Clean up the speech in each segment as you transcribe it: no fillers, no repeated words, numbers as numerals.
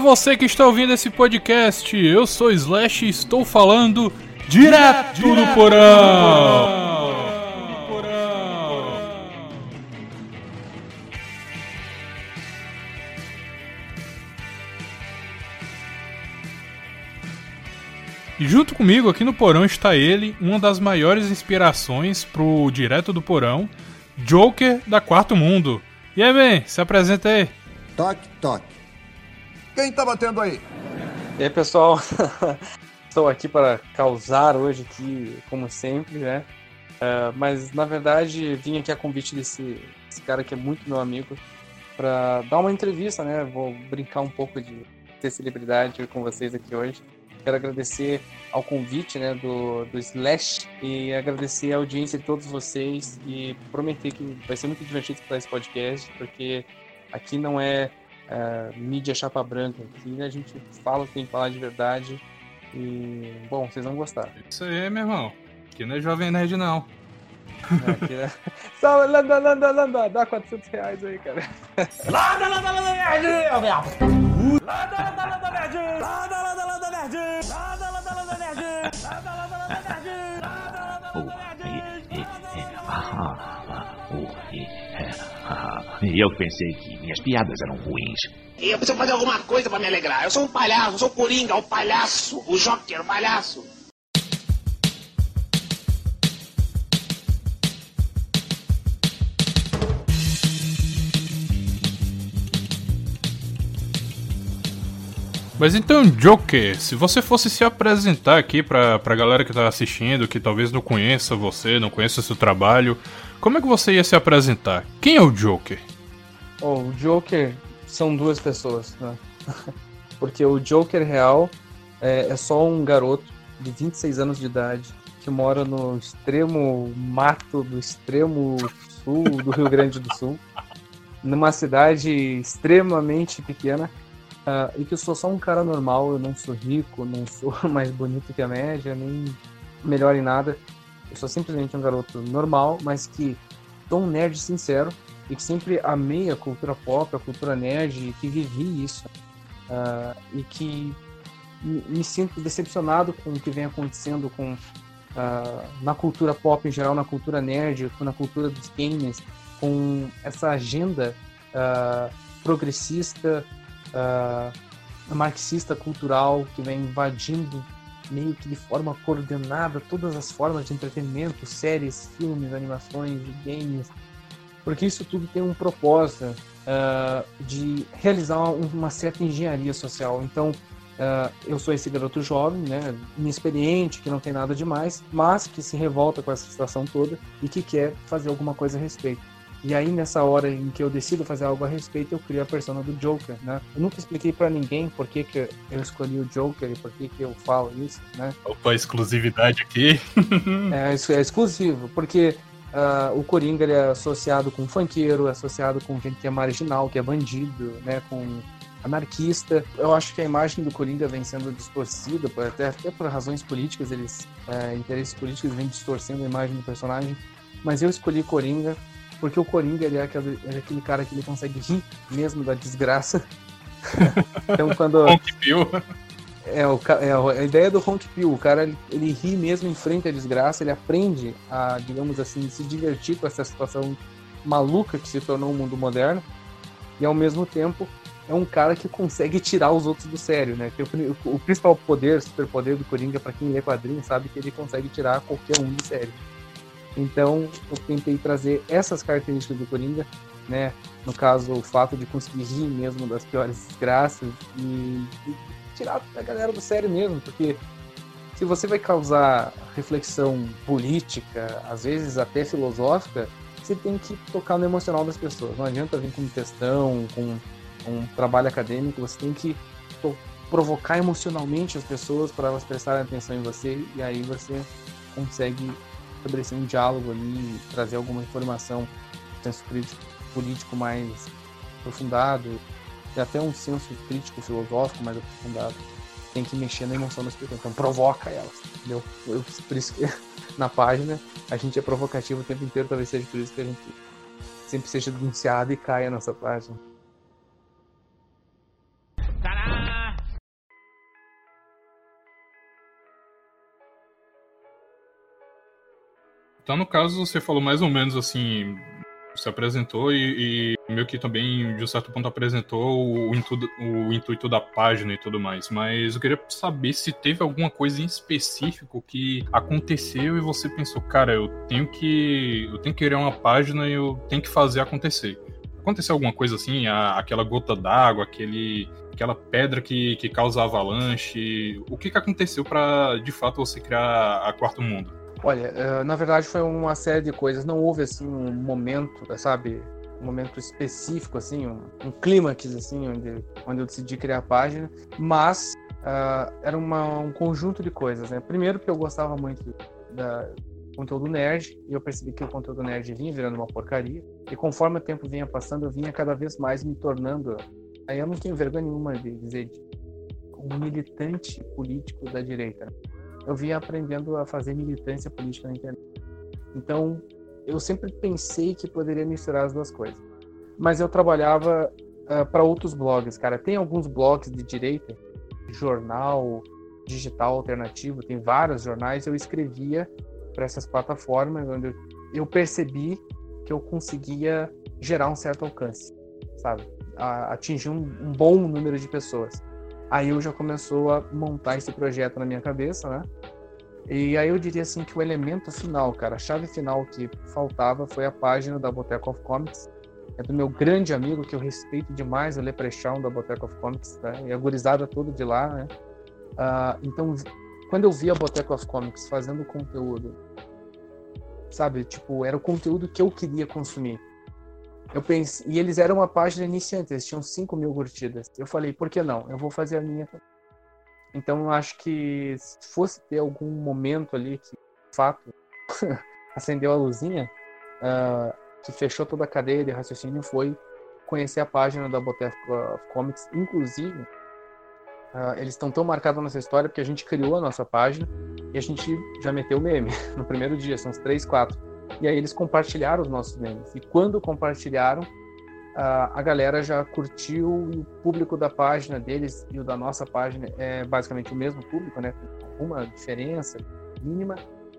você que está ouvindo esse podcast. Eu sou Slash e estou falando direto do porão. E junto comigo aqui no porão está ele, uma das maiores inspirações pro Direto do Porão, Joker da Quarto Mundo. E aí, man, se apresenta aí. Toque, toque. Quem tá batendo aí? E aí, pessoal, estou aqui para causar hoje aqui, como sempre, né? Mas, na verdade, vim aqui a convite desse cara que é muito meu amigo para dar uma entrevista, né? Vou brincar um pouco de ter celebridade com vocês aqui hoje. Quero agradecer ao convite, né, do Slash e agradecer a audiência de todos vocês e prometer que vai ser muito divertido escutar esse podcast, porque aqui não é mídia chapa branca, aqui a gente fala o que tem que falar de verdade e, bom, vocês vão gostar. Isso aí, meu irmão. Aqui não é Jovem Nerd, não. Aqui é... Só Landa, dá R$400 aí, cara. Landa, nerd! Eu pensei que minhas piadas eram ruins. Eu preciso fazer alguma coisa pra me alegrar. Eu sou um palhaço, eu sou o Coringa, o palhaço, o Joker, o palhaço. Mas então, Joker, se você fosse se apresentar aqui pra galera que tá assistindo, que talvez não conheça você, não conheça seu trabalho, como é que você ia se apresentar? Quem é o Joker? O Joker são duas pessoas, né? Porque o Joker real é só um garoto de 26 anos de idade que mora no extremo mato do extremo sul do Rio Grande do Sul, numa cidade extremamente pequena. E que eu sou só um cara normal, eu não sou rico, não sou mais bonito que a média, nem melhor em nada. Eu sou simplesmente um garoto normal, mas que sou um nerd sincero e que sempre amei a cultura pop, a cultura nerd, e que vivi isso. E que me sinto decepcionado com o que vem acontecendo na cultura pop em geral, na cultura nerd, na cultura dos games, com essa agenda progressista, marxista cultural que vem invadindo meio que de forma coordenada todas as formas de entretenimento, séries, filmes, animações, games, porque isso tudo tem um propósito de realizar uma certa engenharia social. Então eu sou esse garoto jovem, né, inexperiente, que não tem nada demais, mas que se revolta com essa situação toda e que quer fazer alguma coisa a respeito. E aí, nessa hora em que eu decido fazer algo a respeito, eu crio a persona do Joker, né? Eu nunca expliquei pra ninguém por que eu escolhi o Joker e por que eu falo isso, né? Opa, exclusividade aqui. É exclusivo, porque o Coringa ele é associado com funkeiro, é associado com gente que é marginal, que é bandido, né? Com anarquista. Eu acho que a imagem do Coringa vem sendo distorcida, até por razões políticas, interesses políticos vêm distorcendo a imagem do personagem. Mas eu escolhi Coringa porque o Coringa ele é aquele cara que ele consegue rir mesmo da desgraça. Então quando... Honk Pill. A ideia do Honk Pill, o cara ele ri mesmo em frente à desgraça, ele aprende a, digamos assim, se divertir com essa situação maluca que se tornou o mundo moderno, e ao mesmo tempo é um cara que consegue tirar os outros do sério, né? O principal superpoder do Coringa, pra quem lê quadrinhos, sabe que ele consegue tirar qualquer um do sério. Então, eu tentei trazer essas características do Coringa, né? No caso, o fato de conseguir rir mesmo das piores desgraças e tirar a galera do sério mesmo, porque se você vai causar reflexão política, às vezes até filosófica, você tem que tocar no emocional das pessoas. Não adianta vir com um textão, com um trabalho acadêmico, você tem que provocar emocionalmente as pessoas para elas prestarem atenção em você, e aí você consegue estabelecer um diálogo ali, trazer alguma informação, um senso crítico político mais aprofundado, e até um senso crítico filosófico mais aprofundado. Tem que mexer na emoção das pessoas, então provoca elas, entendeu? Por isso que na página a gente é provocativo o tempo inteiro, talvez seja por isso que a gente sempre seja denunciado e caia a nossa página. Caralho! Então, no caso, você falou mais ou menos assim, se apresentou e meio que também, de um certo ponto, apresentou o intuito da página e tudo mais. Mas eu queria saber se teve alguma coisa em específico que aconteceu e você pensou, cara, eu tenho que criar uma página e eu tenho que fazer acontecer. Aconteceu alguma coisa assim, aquela gota d'água, aquela pedra que causa avalanche? O que aconteceu para, de fato, você criar a Quarto Mundo? Olha, na verdade foi uma série de coisas. Não houve, assim, um momento, sabe? Um momento específico, assim, um clímax, assim, onde eu decidi criar a página. Mas era um conjunto de coisas, né? Primeiro que eu gostava muito do conteúdo nerd. E eu percebi que o conteúdo nerd vinha virando uma porcaria. E conforme o tempo vinha passando, eu vinha cada vez mais me tornando... Aí eu não tenho vergonha nenhuma de dizer um militante político da direita. Eu vinha aprendendo a fazer militância política na internet. Então, eu sempre pensei que poderia misturar as duas coisas. Mas eu trabalhava para outros blogs, cara. Tem alguns blogs de direita, jornal digital alternativo, tem vários jornais. Eu escrevia para essas plataformas, onde eu percebi que eu conseguia gerar um certo alcance, sabe? Atingir um bom número de pessoas. Aí eu já começou a montar esse projeto na minha cabeça, né? E aí eu diria assim que o elemento final, cara, a chave final que faltava foi a página da Boteco of Comics. É do meu grande amigo, que eu respeito demais, o Leprechaun da Boteco of Comics, né? E a gurizada toda de lá, né? Então, quando eu vi a Boteco of Comics fazendo conteúdo, sabe? Tipo, era o conteúdo que eu queria consumir. Eu pensei, e eles eram uma página iniciante, eles tinham 5.000 curtidas. Eu falei, por que não? Eu vou fazer a minha. Então, eu acho que se fosse ter algum momento ali que, de fato, acendeu a luzinha, que fechou toda a cadeia de raciocínio, foi conhecer a página da Boteco of Comics. Inclusive, eles estão tão marcados nessa história porque a gente criou a nossa página e a gente já meteu meme no primeiro dia, são uns 3, 4. E aí eles compartilharam os nossos memes. E quando compartilharam, a galera já curtiu, e o público da página deles e o da nossa página é basicamente o mesmo público, né? Com alguma diferença mínima.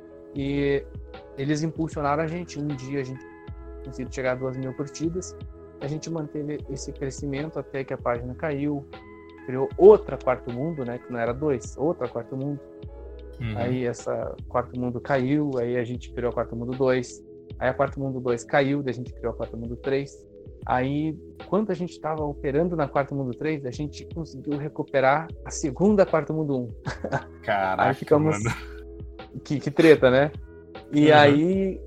E eles impulsionaram a gente. Um dia a gente conseguiu chegar a 2.000 curtidas. A gente manteve esse crescimento até que a página caiu. Criou outra Quarto Mundo, né? Que não era 2, outra Quarto Mundo. Uhum. Aí essa Quarto Mundo caiu, aí a gente criou a Quarto Mundo 2. Aí a Quarto Mundo 2 caiu, daí a gente criou a Quarto Mundo 3. Aí, quando a gente estava operando na Quarto Mundo 3, a gente conseguiu recuperar a segunda Quarto Mundo 1. Caraca, aí ficamos... mano. Que treta, né? E aí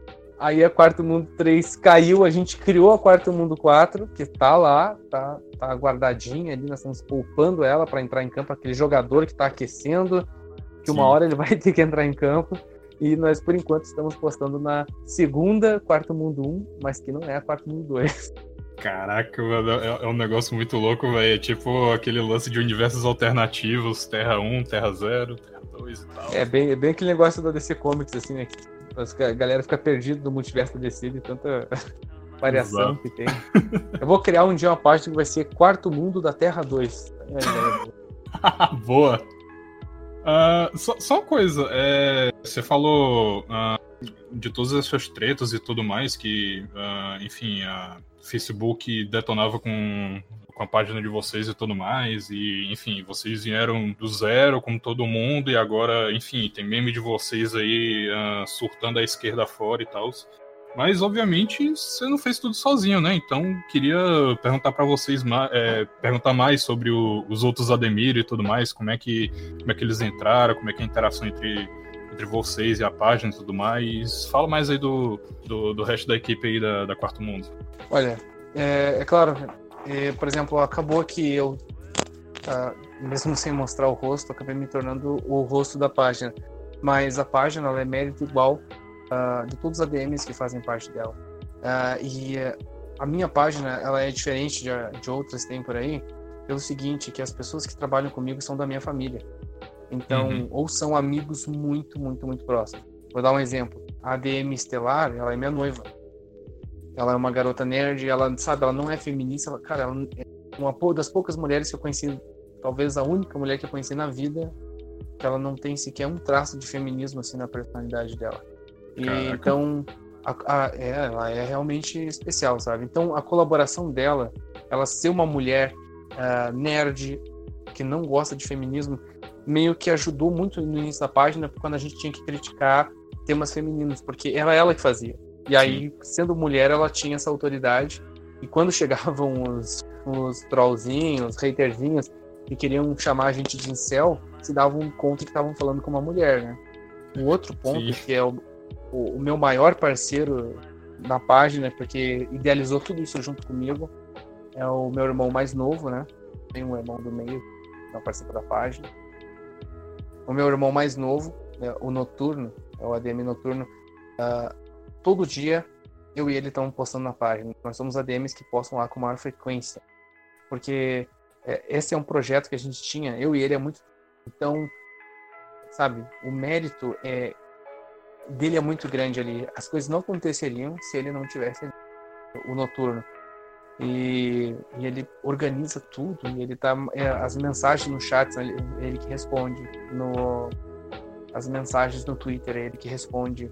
a Quarto Mundo 3 caiu, a gente criou a Quarto Mundo 4, que tá lá, tá guardadinha ali, nós estamos poupando ela para entrar em campo, aquele jogador que tá aquecendo, que uma hora ele vai ter que entrar em campo, e nós, por enquanto, estamos postando na segunda Quarto Mundo 1, mas que não é a Quarto Mundo 2. Caraca, mano, é um negócio muito louco, velho. É tipo aquele lance de universos alternativos, Terra 1, Terra 0, Terra 2 e tal. É bem aquele negócio da DC Comics, assim, né? A galera fica perdida no multiverso da DC de tanta variação Exato. que tem. Eu vou criar um dia uma página que vai ser Quarto Mundo da Terra 2. Boa. Só uma coisa, você falou de todas essas tretas e tudo mais, que, enfim, a Facebook detonava com a página de vocês e tudo mais, e, enfim, vocês vieram do zero, como todo mundo, e agora, enfim, tem meme de vocês aí surtando a esquerda fora e tal. Mas, obviamente, você não fez tudo sozinho, né? Então, queria perguntar para vocês, perguntar mais sobre os outros Ademir e tudo mais, como é que eles entraram, como é que é a interação entre vocês e a página e tudo mais. Fala mais aí do resto da equipe aí da Quarto Mundo. Olha, é claro, por exemplo, acabou que eu, mesmo sem mostrar o rosto, acabei me tornando o rosto da página. Mas a página, ela é mérito igual de todos os ADMs que fazem parte dela. E a minha página, ela é diferente de outras que tem por aí, pelo seguinte, que as pessoas que trabalham comigo são da minha família. Então, ou são amigos muito, muito, muito próximos. Vou dar um exemplo. A ADM Estelar, ela é minha noiva. Ela é uma garota nerd, ela, sabe, ela não é feminista, ela é uma das poucas mulheres que eu conheci, talvez a única mulher que eu conheci na vida, que ela não tem sequer um traço de feminismo assim na personalidade dela. E Caraca. então ela é realmente especial, sabe? Então a colaboração dela, ela ser uma mulher nerd que não gosta de feminismo, meio que ajudou muito no início da página quando a gente tinha que criticar temas femininos, porque era ela que fazia. E aí, sendo mulher, ela tinha essa autoridade. E quando chegavam os trollzinhos, os haterzinhos, que queriam chamar a gente de incel, se davam conta que estavam falando com uma mulher, né? Um outro ponto, que é o meu maior parceiro na página, porque idealizou tudo isso junto comigo, é o meu irmão mais novo, né? Tem um irmão do meio, que não participa da página. O meu irmão mais novo, o Noturno, é o ADM Noturno, todo dia eu e ele estamos postando na página. Nós somos ADMs que postam lá com maior frequência. Porque esse é um projeto que a gente tinha, eu e ele, há muito tempo. Então, sabe, o mérito dele é muito grande ali. As coisas não aconteceriam se ele não tivesse o Noturno. E ele organiza tudo, e ele tá as mensagens no chat, ele que responde, as mensagens no Twitter, ele que responde.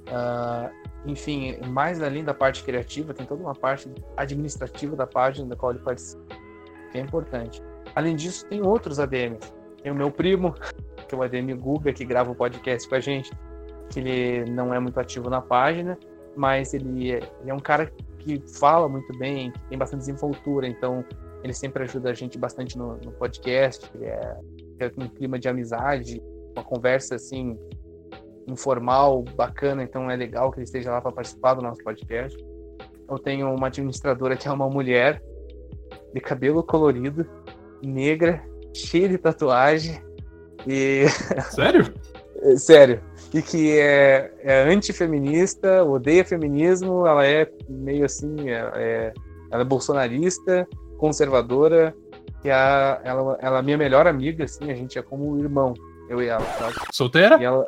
Enfim, mais além da parte criativa, tem toda uma parte administrativa da página da qual ele participa, que é importante. Além disso, tem outros ADMs. Tem o meu primo, que é o ADM Guga, que grava o podcast com a gente, que ele não é muito ativo na página, mas ele é um cara que fala muito bem, que tem bastante desenvoltura, então ele sempre ajuda a gente bastante no podcast, é um clima de amizade, uma conversa assim informal, bacana, então é legal que ele esteja lá para participar do nosso podcast. Eu tenho uma administradora que é uma mulher de cabelo colorido, negra, cheia de tatuagem e... Sério? Sério. E que é antifeminista, odeia feminismo, ela é meio assim, ela é bolsonarista, conservadora, e ela é minha melhor amiga, assim, a gente é como um irmão, eu e ela, sabe? Solteira? E ela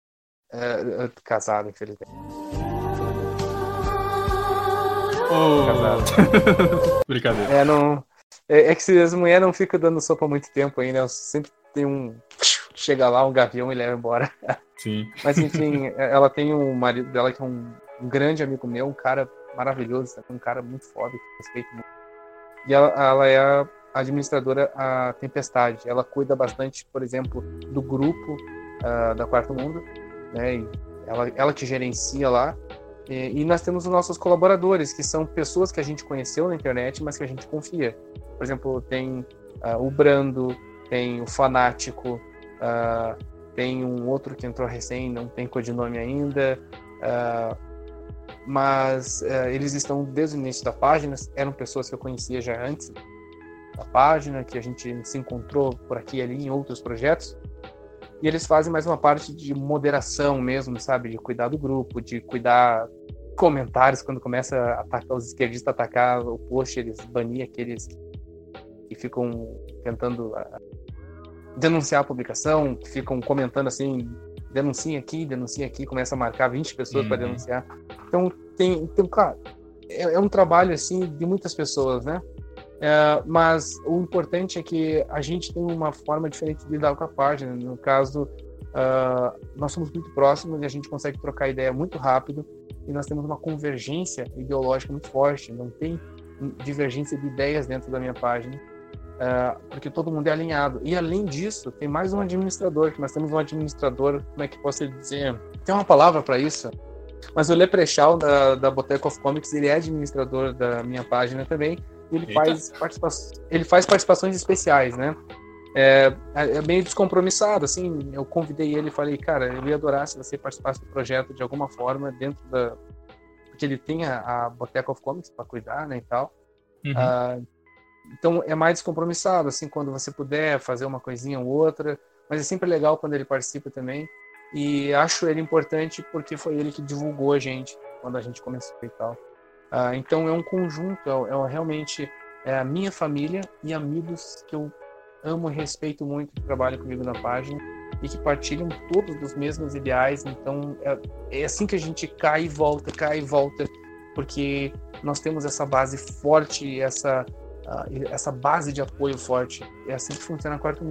é casada, infelizmente. Casada. Brincadeira. É que se as mulheres não ficam dando sopa há muito tempo ainda, né? Sempre tem chega lá um gavião e leva embora. Sim. Mas enfim, ela tem um marido dela que é um grande amigo meu, um cara maravilhoso, um cara muito foda, que eu respeito muito. E ela é a administradora a Tempestade. Ela cuida bastante, por exemplo, do grupo da Quarto Mundo, né? E ela que gerencia lá. E nós temos os nossos colaboradores, que são pessoas que a gente conheceu na internet, mas que a gente confia. Por exemplo, tem o Brando, tem o Fanático, tem um outro que entrou recém, não tem codinome ainda, mas eles estão desde o início da página, eram pessoas que eu conhecia já antes da página, que a gente se encontrou por aqui e ali em outros projetos, e eles fazem mais uma parte de moderação mesmo, sabe, de cuidar do grupo, de cuidar comentários, quando começa a atacar os esquerdistas, atacar o post, eles banir aqueles que ficam tentando denunciar a publicação, que ficam comentando assim, denuncia aqui, começa a marcar 20 pessoas para denunciar. Então, claro, é um trabalho assim de muitas pessoas, né? Mas o importante é que a gente tem uma forma diferente de lidar com a página. No caso, nós somos muito próximos e a gente consegue trocar ideia muito rápido, e nós temos uma convergência ideológica muito forte, não tem divergência de ideias dentro da minha página. Porque todo mundo é alinhado. E além disso, tem mais um administrador, que nós temos um administrador, como é que posso dizer? Tem uma palavra para isso, mas o Leprechaun da Boteco of Comics, ele é administrador da minha página também, e ele faz participações especiais, né? É meio descompromissado, assim, eu convidei ele e falei, cara, eu ia adorar se você participasse do projeto de alguma forma dentro porque ele tem a Boteco of Comics para cuidar, né, e tal. Então é mais descompromissado, assim, quando você puder fazer uma coisinha ou outra, mas é sempre legal quando ele participa também, e acho ele importante porque foi ele que divulgou a gente quando a gente começou e tal. Então é um conjunto, realmente a minha família e amigos que eu amo e respeito muito, que trabalham comigo na página e que partilham todos dos mesmos ideais. Então é assim que a gente cai e volta, porque nós temos essa base forte, essa base de apoio forte. É assim que funciona o Quarto Mundo.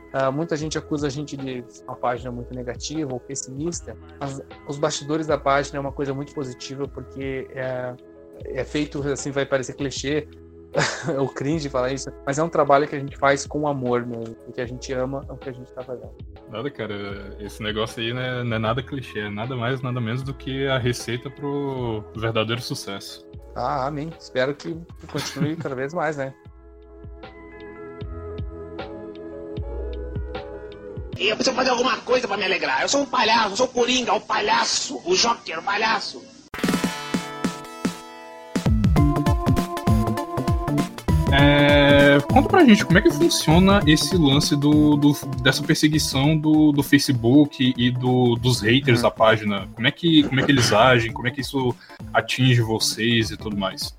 Muita gente acusa a gente de uma página muito negativa ou pessimista, mas os bastidores da página é uma coisa muito positiva, porque é feito, assim, vai parecer clichê, é o cringe falar isso, mas é um trabalho que a gente faz com amor mesmo, porque a gente ama o que a gente tá fazendo. Nada, cara, esse negócio aí não é nada clichê, é nada mais, nada menos do que a receita pro verdadeiro sucesso. Amém. Espero que continue cada vez mais, né? E eu preciso fazer alguma coisa pra me alegrar. Eu sou um palhaço, eu sou o Coringa, o palhaço, o Joker, o palhaço. Conta pra gente como é que funciona esse lance dessa perseguição do Facebook e dos haters da página. Como é que eles agem, como é que isso atinge vocês e tudo mais?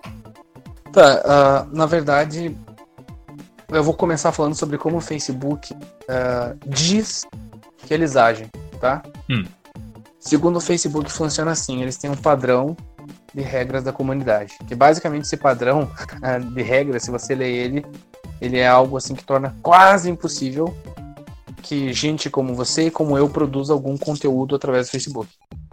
Tá, na verdade, eu vou começar falando sobre como o Facebook diz que eles agem, tá? Segundo o Facebook, funciona assim: eles têm um padrão de regras da comunidade, que basicamente esse padrão de regras, se você ler ele é algo assim que torna quase impossível que gente como você e como eu produza algum conteúdo através do Facebook.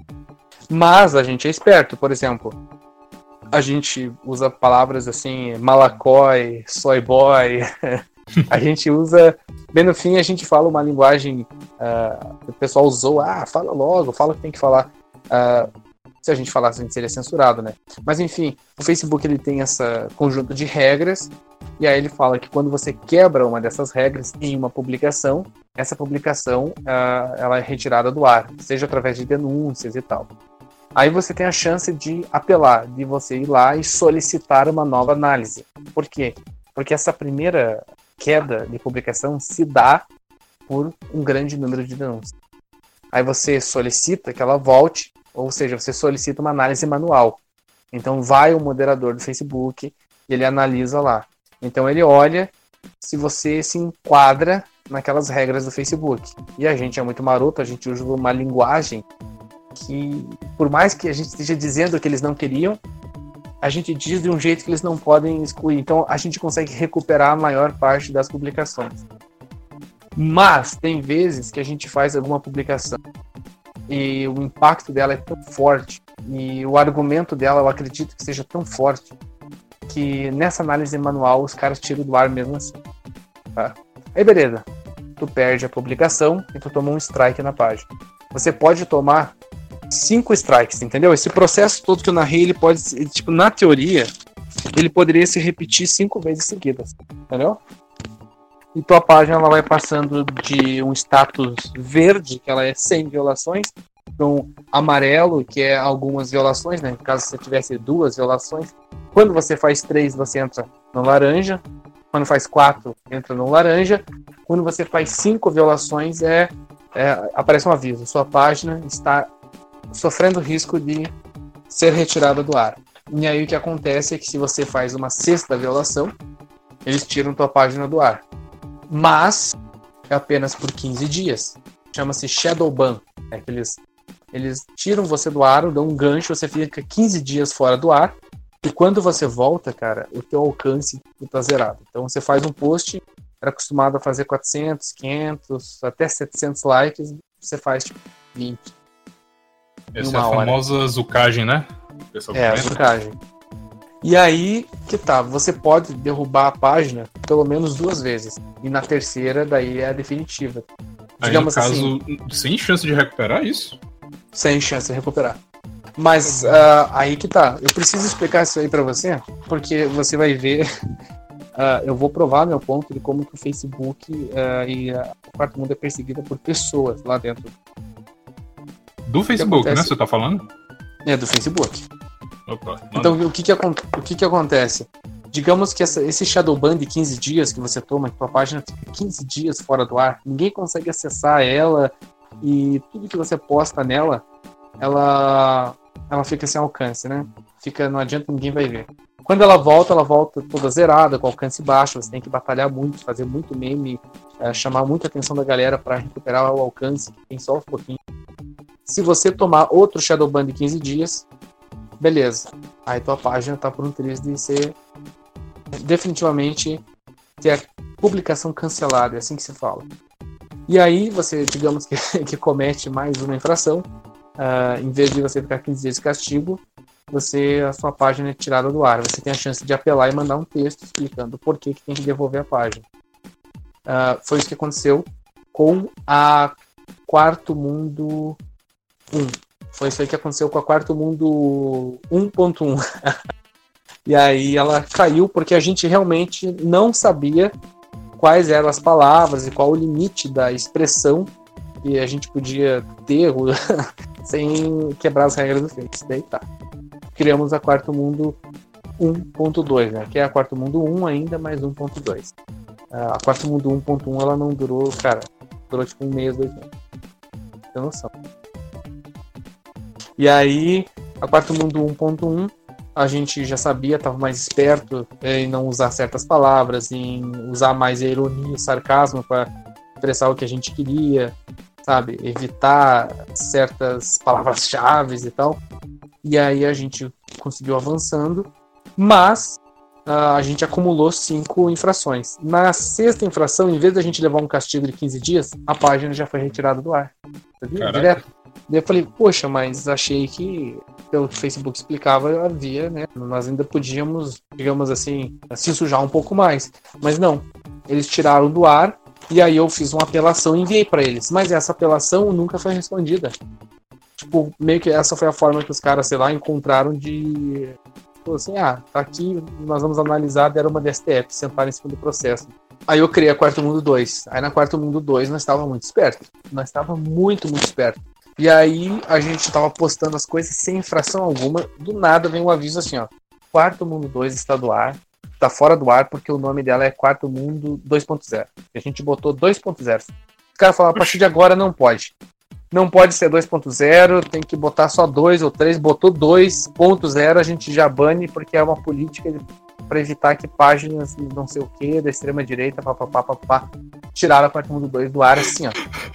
Mas a gente é esperto, por exemplo, a gente usa palavras assim, malacói, soy boy, a gente usa, bem no fim a gente fala uma linguagem que o pessoal usou, fala logo, fala o que tem que falar. Se a gente falasse, a gente seria censurado, né? Mas enfim, o Facebook ele tem esse conjunto de regras, e aí ele fala que quando você quebra uma dessas regras em uma publicação, essa publicação ela é retirada do ar, seja através de denúncias e tal. Aí você tem a chance de apelar, de você ir lá e solicitar uma nova análise. Por quê? Porque essa primeira queda de publicação se dá por um grande número de denúncias. Aí você solicita que ela volte, ou seja, você solicita uma análise manual. Então vai o moderador do Facebook e ele analisa lá. Então ele olha se você se enquadra naquelas regras do Facebook. E a gente é muito maroto, a gente usa uma linguagem que, por mais que a gente esteja dizendo que eles não queriam, a gente diz de um jeito que eles não podem excluir. Então a gente consegue recuperar a maior parte das publicações. Mas tem vezes que a gente faz alguma publicação e o impacto dela é tão forte, e o argumento dela eu acredito que seja tão forte, que nessa análise manual os caras tiram do ar mesmo assim. Tá? Aí beleza, tu perde a publicação e tu toma um strike na página. Você pode tomar 5 strikes, entendeu? Esse processo todo que eu narrei, ele pode, tipo, na teoria, ele poderia se repetir 5 vezes seguidas, entendeu? E tua página ela vai passando de um status verde, que ela é sem violações, para um amarelo, que é algumas violações, né? Caso você tivesse 2 violações. Quando você faz 3, você entra no laranja. Quando faz 4, entra no laranja. Quando você faz 5 violações, aparece um aviso. Sua página está sofrendo risco de ser retirada do ar. E aí o que acontece é que se você faz uma 6ª violação, eles tiram tua página do ar. Mas é apenas por 15 dias. Chama-se shadow ban. Eles tiram você do ar, dão um gancho, você fica 15 dias fora do ar. E quando você volta, cara, o teu alcance está zerado. Então você faz um post, era acostumado a fazer 400, 500, até 700 likes, você faz tipo 20. Essa é a famosa zucagem, né? A zucagem. E aí, que tá, você pode derrubar a página pelo menos 2 vezes. E na terceira, daí é a definitiva. Aí, digamos no caso, assim, sem chance de recuperar isso? Sem chance de recuperar. Mas aí que tá, eu preciso explicar isso aí pra você, porque você vai ver, eu vou provar meu ponto de como que o Facebook e o Quarto Mundo é perseguida por pessoas lá dentro. Do Facebook, né, você tá falando? É, do Facebook. Opa, então, o que acontece? Digamos que esse shadow ban de 15 dias que você toma, que tua página fica 15 dias fora do ar, ninguém consegue acessar ela e tudo que você posta nela, ela fica sem alcance, né? Não adianta, ninguém vai ver. Quando ela volta toda zerada, com alcance baixo, você tem que batalhar muito, fazer muito meme, chamar muita atenção da galera para recuperar o alcance, que tem só um pouquinho. Se você tomar outro shadow ban de 15 dias, beleza. Aí tua página tá por um triz de ser definitivamente que é a publicação cancelada, é assim que se fala. E aí você, digamos que comete mais uma infração, em vez de você ficar 15 dias de castigo, a sua página é tirada do ar. Você tem a chance de apelar e mandar um texto explicando por que tem que devolver a página. Foi isso que aconteceu com a Quarto Mundo 1. Foi isso aí que aconteceu com a Quarto Mundo 1.1. E aí ela caiu porque a gente realmente não sabia quais eram as palavras e qual o limite da expressão que a gente podia ter sem quebrar as regras do Face. Daí tá. Criamos a Quarto Mundo 1.2, né? Que é a Quarto Mundo 1 ainda, mais 1.2. A Quarto Mundo 1.1 ela não durou, cara, durou tipo 1 mês, 2 meses. Tem noção. E aí, a Quarto Mundo 1.1, a gente já sabia, estava mais esperto em não usar certas palavras, em usar mais a ironia, o sarcasmo para expressar o que a gente queria, sabe? Evitar certas palavras-chave e tal. E aí a gente conseguiu avançando, mas a gente acumulou 5 infrações. Na 6ª infração, em vez da gente levar um castigo de 15 dias, a página já foi retirada do ar. Sabia? Direto. Daí eu falei, poxa, mas achei que, pelo que o Facebook explicava, havia, né? Nós ainda podíamos, digamos assim, se sujar um pouco mais. Mas não, eles tiraram do ar e aí eu fiz uma apelação e enviei para eles. Mas essa apelação nunca foi respondida. Tipo, meio que essa foi a forma que os caras, sei lá, encontraram de... Tipo assim, tá aqui, nós vamos analisar, deram uma DSTF, sentaram em cima do processo. Aí eu criei a Quarto Mundo 2. Aí na Quarto Mundo 2 nós estávamos muito espertos. Nós estávamos muito espertos. E aí a gente estava postando as coisas sem infração alguma. Do nada vem um aviso assim, ó. Quarto Mundo 2 está do ar. Está fora do ar porque o nome dela é Quarto Mundo 2.0. A gente botou 2.0. Os caras falaram, a partir de agora não pode. Não pode ser 2.0, tem que botar só 2 ou 3. Botou 2.0, a gente já bane porque é uma política para evitar que páginas não sei o que, da extrema direita, papapá. Tiraram a Quarto Mundo 2 do ar assim, ó.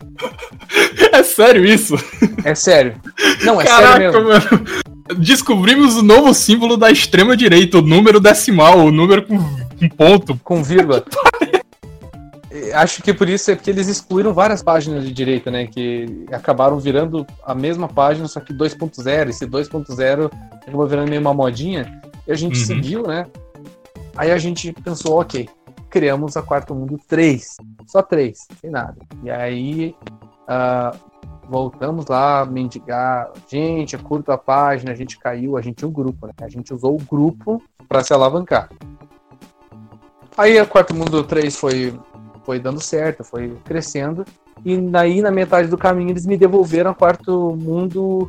É sério isso? É sério. Não, é Caraca, sério mesmo. Mano. Descobrimos o novo símbolo da extrema direita, o número decimal, o número com ponto. Com vírgula. Acho que por isso é porque eles excluíram várias páginas de direita, né? Que acabaram virando a mesma página, só que 2.0. Esse 2.0 acabou virando meio uma modinha. E a gente seguiu, né? Aí a gente pensou, ok, criamos a Quarto Mundo 3. Só 3, sem nada. E aí voltamos lá, mendigar. Gente, curto a página, a gente caiu, a gente tinha um grupo, né? A gente usou o grupo para se alavancar. Aí a Quarto Mundo 3 foi dando certo, foi crescendo. E daí, na metade do caminho, eles me devolveram a Quarto Mundo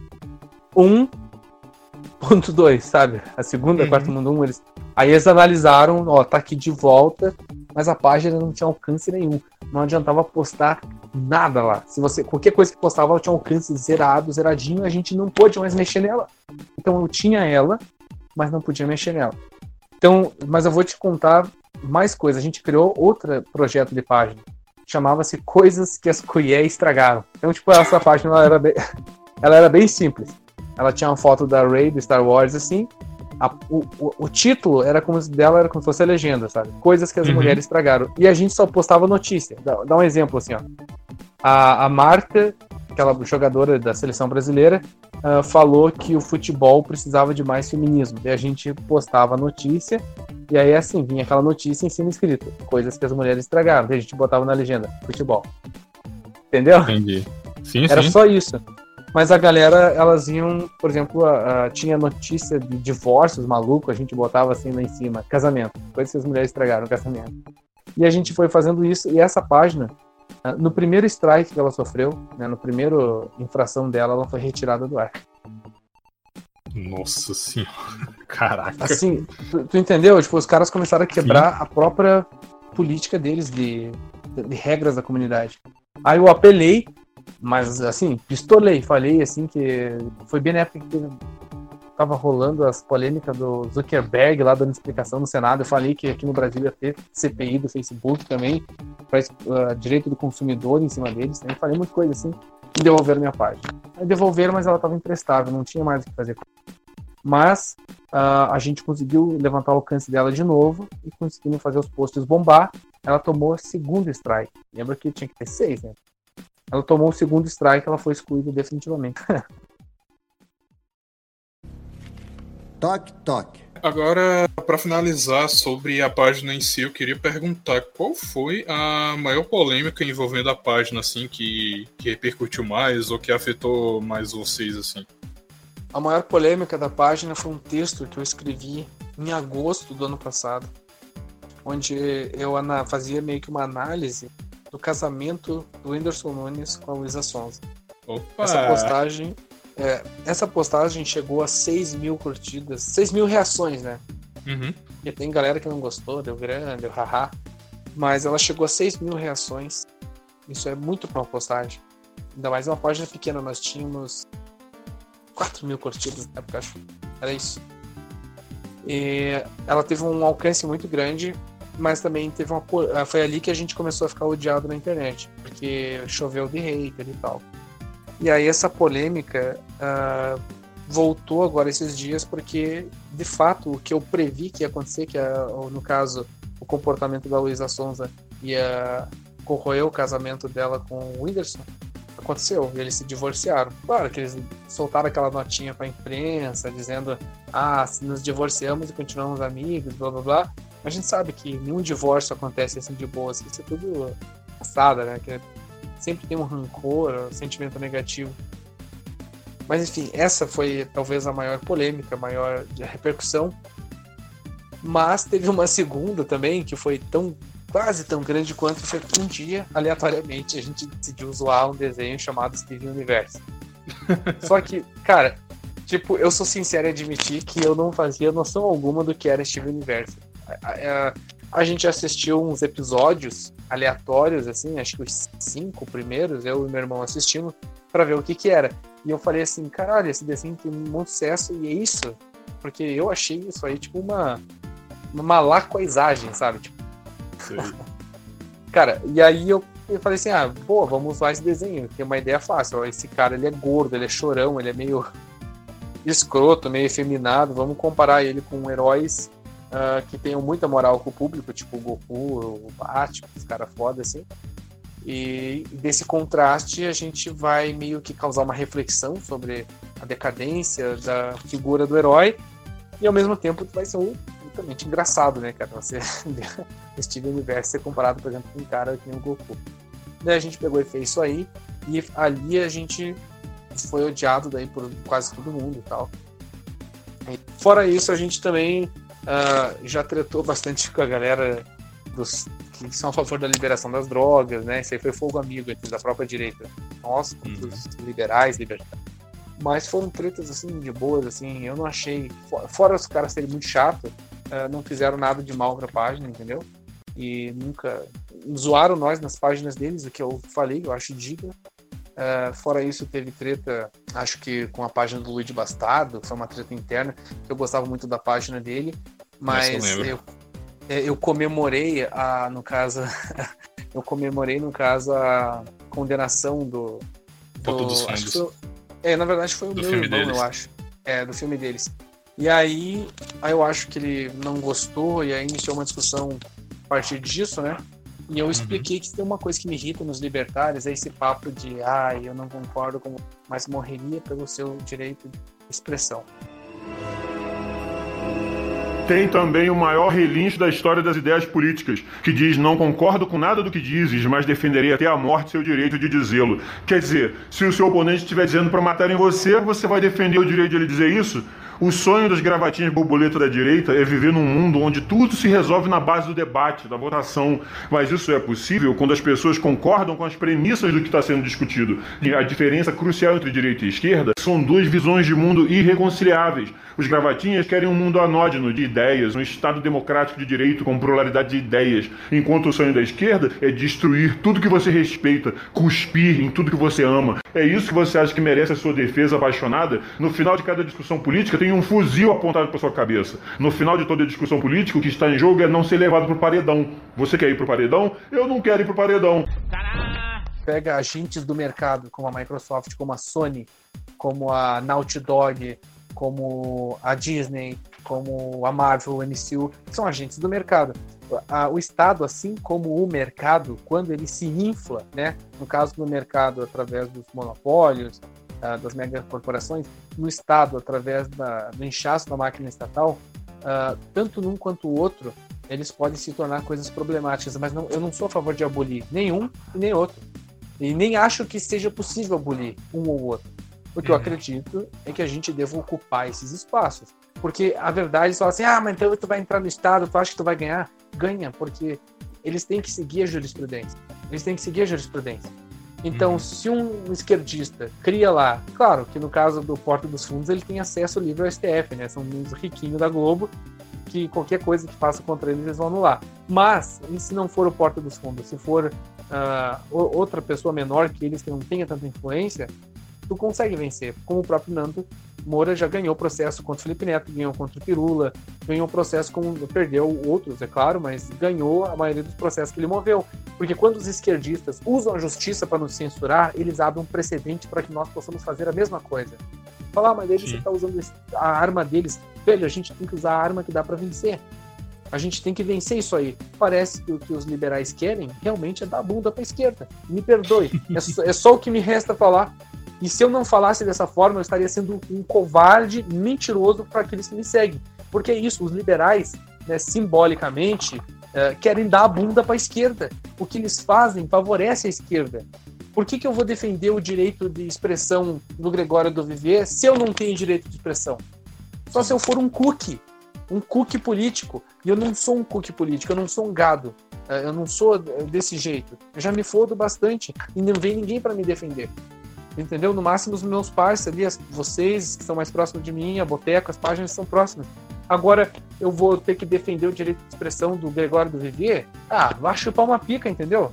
1.2, sabe? A segunda Quarto Mundo 1, aí eles analisaram, ó, tá aqui de volta, mas a página não tinha alcance nenhum. Não adiantava postar nada lá. Qualquer coisa que postava, ela tinha alcance zeradinho, a gente não pôde mais mexer nela. Então eu tinha ela, mas não podia mexer nela. Então, mas eu vou te contar mais coisa. A gente criou outro projeto de página. Chamava-se Coisas que as Colheres Estragaram. Então, tipo, essa página ela era bem simples. Ela tinha uma foto da Rey, do Star Wars, assim. O título era como se fosse a legenda, sabe? Coisas que as mulheres estragaram. E a gente só postava notícia. Dá um exemplo, assim, ó. A Marta, aquela jogadora da seleção brasileira, falou que o futebol precisava de mais feminismo. E a gente postava a notícia, e aí assim, vinha aquela notícia em cima escrito, coisas que as mulheres estragaram. E a gente botava na legenda, futebol. Entendeu? Entendi. Sim, Era sim. só isso. Mas a galera, elas iam, por exemplo, tinha notícia de divórcios maluco, a gente botava assim lá em cima, casamento, coisas que as mulheres estragaram, casamento. E a gente foi fazendo isso, e essa página, no primeiro strike que ela sofreu, né, no primeiro infração dela, ela foi retirada do ar. Nossa senhora. Caraca. Assim, tu entendeu? Tipo, os caras começaram a quebrar a própria política deles de regras da comunidade. Aí eu apelei, mas assim, pistolei, falei assim que foi bem na época que tava rolando as polêmicas do Zuckerberg lá dando explicação no Senado. Eu falei que aqui no Brasil ia ter CPI do Facebook também, para direito do consumidor em cima deles. Eu falei muita coisa assim e devolveram minha página. Aí devolveram, mas ela tava imprestável, não tinha mais o que fazer. Mas a gente conseguiu levantar o alcance dela de novo e conseguimos fazer os posts bombar. Ela tomou o segundo strike. Lembra que tinha que ter 6, né? Ela tomou o segundo strike, ela foi excluída definitivamente. Toque, toque. Agora, para finalizar sobre a página em si, eu queria perguntar qual foi a maior polêmica envolvendo a página, assim, que repercutiu mais ou que afetou mais vocês, assim? A maior polêmica da página foi um texto que eu escrevi em agosto do ano passado, onde eu fazia meio que uma análise do casamento do Whindersson Nunes com a Luísa Sonza. Opa! Essa postagem chegou a 6 mil curtidas, 6 mil reações, né? Uhum. E tem galera que não gostou, deu grande, deu haha. Mas ela chegou a 6 mil reações. Isso é muito pra uma postagem. Ainda mais uma página pequena, nós tínhamos 4 mil curtidas na época, acho. Era isso. E ela teve um alcance muito grande, mas também foi ali que a gente começou a ficar odiado na internet, porque choveu de hater e tal. E aí essa polêmica voltou agora esses dias, porque de fato o que eu previ que ia acontecer, que no caso o comportamento da Luísa Sonza ia corroer o casamento dela com o Whindersson, aconteceu, e eles se divorciaram. Claro que eles soltaram aquela notinha pra imprensa, dizendo nos divorciamos e continuamos amigos, blá blá blá. A gente sabe que nenhum divórcio acontece assim de boa, isso é tudo passada, né? Que sempre tem um rancor, um sentimento negativo. Mas enfim, essa foi talvez a maior polêmica, a maior repercussão. Mas teve uma segunda também, que foi quase tão grande quanto, foi que um dia, aleatoriamente, a gente decidiu zoar um desenho chamado Steven Universe. Só que, cara, tipo, eu sou sincero em admitir que eu não fazia noção alguma do que era Steven Universe. A gente assistiu uns episódios aleatórios, assim, acho que os 5 primeiros, eu e meu irmão assistimos, pra ver o que era. E eu falei assim, caralho, esse desenho tem muito sucesso e é isso? Porque eu achei isso aí, tipo, uma malacoisagem, sabe? Tipo... Cara, e aí eu falei assim, vamos usar esse desenho, tem uma ideia fácil. Esse cara, ele é gordo, ele é chorão, ele é meio escroto, meio efeminado, vamos comparar ele com heróis que tenham muita moral com o público, tipo o Goku, o Batman, os caras foda assim. E desse contraste a gente vai meio que causar uma reflexão sobre a decadência da figura do herói, e ao mesmo tempo vai ser totalmente engraçado, né, cara? Você Steven Universe ser comparado, por exemplo, com um cara que nem o Goku. Daí a gente pegou e fez isso aí, e ali a gente foi odiado daí por quase todo mundo e tal. E, fora isso, a gente também já tretou bastante com a galera que são a favor da liberação das drogas, né? Isso aí foi fogo amigo entre da própria direita. Nós, contra os liberais, libertários. Mas foram tretas, assim, de boas, assim, eu não achei... Fora os caras serem muito chatos, não fizeram nada de mal pra página, entendeu? E nunca... Zoaram nós nas páginas deles, o que eu falei, eu acho digno. Fora isso, teve treta, acho que com a página do Luigi Bastardo, foi uma treta interna, que eu gostava muito da página dele, mas eu comemorei no caso a condenação do acho que na verdade foi o meu irmão, deles. Eu acho. Do filme deles. E aí eu acho que ele não gostou, e aí iniciou uma discussão a partir disso, né? E eu expliquei que tem uma coisa que me irrita nos libertários, é esse papo de eu não concordo com, mas morreria pelo seu direito de expressão. Tem também o maior relincho da história das ideias políticas, que diz: não concordo com nada do que dizes, mas defenderei até a morte seu direito de dizê-lo. Quer dizer, se o seu oponente estiver dizendo para matarem você, você vai defender o direito de ele dizer isso? O sonho das gravatinhas borboleta da direita é viver num mundo onde tudo se resolve na base do debate, da votação. Mas isso é possível quando as pessoas concordam com as premissas do que está sendo discutido. E a diferença crucial entre direita e esquerda são duas visões de mundo irreconciliáveis. Os gravatinhas querem um mundo anódino de ideias, um Estado democrático de direito com pluralidade de ideias, enquanto o sonho da esquerda é destruir tudo que você respeita, cuspir em tudo que você ama. É isso que você acha que merece a sua defesa apaixonada? No final de cada discussão política tem um fuzil apontado para sua cabeça. No final de toda discussão política, o que está em jogo é não ser levado para o paredão. Você quer ir para o paredão? Eu não quero ir para o paredão. Pega agentes do mercado, como a Microsoft, como a Sony, como a Naughty Dog, como a Disney, como a Marvel, o MCU, são agentes do mercado. O Estado, assim como o mercado, quando ele se infla, né, no caso do mercado através dos monopólios, das megacorporações, no Estado através do inchaço da máquina estatal, tanto num quanto o outro, eles podem se tornar coisas problemáticas, mas eu não sou a favor de abolir nenhum e nem outro. E nem acho que seja possível abolir um ou outro. O que eu acredito é que a gente deva ocupar esses espaços. Porque a verdade, eles falam assim, mas então tu vai entrar no Estado, tu acha que tu vai ganhar? Ganha, porque eles têm que seguir a jurisprudência. Então, se um esquerdista cria lá, claro que no caso do Porta dos Fundos, ele tem acesso livre ao STF, né? São uns riquinhos da Globo, que qualquer coisa que faça contra eles, eles vão anular. Mas, e se não for o Porta dos Fundos, se for outra pessoa menor que eles que não tenha tanta influência, tu consegue vencer. Como o próprio Nando Moura já ganhou processo contra o Felipe Neto, ganhou contra o Pirula, ganhou processo perdeu outros, é claro, mas ganhou a maioria dos processos que ele moveu. Porque quando os esquerdistas usam a justiça para nos censurar, eles abrem um precedente para que nós possamos fazer a mesma coisa. Falar, mas você está usando a arma deles. Velho, a gente tem que usar a arma que dá para vencer. A gente tem que vencer isso aí. Parece que o que os liberais querem realmente é dar a bunda para a esquerda. Me perdoe. É só o que me resta falar. E se eu não falasse dessa forma, eu estaria sendo um covarde mentiroso para aqueles que me seguem. Porque é isso, os liberais, né, simbolicamente, querem dar a bunda para a esquerda. O que eles fazem favorece a esquerda. Por que eu vou defender o direito de expressão do Gregório do Vivier se eu não tenho direito de expressão? Só se eu for um cookie político. E eu não sou um cookie político, eu não sou um gado. Eu não sou desse jeito. Eu já me fodo bastante e não vem ninguém para me defender. Entendeu? No máximo os meus pais ali, vocês que são mais próximos de mim, a Boteco, as páginas são próximas. Agora eu vou ter que defender o direito de expressão do Gregório do Vivier? Vai chupar uma pica, entendeu?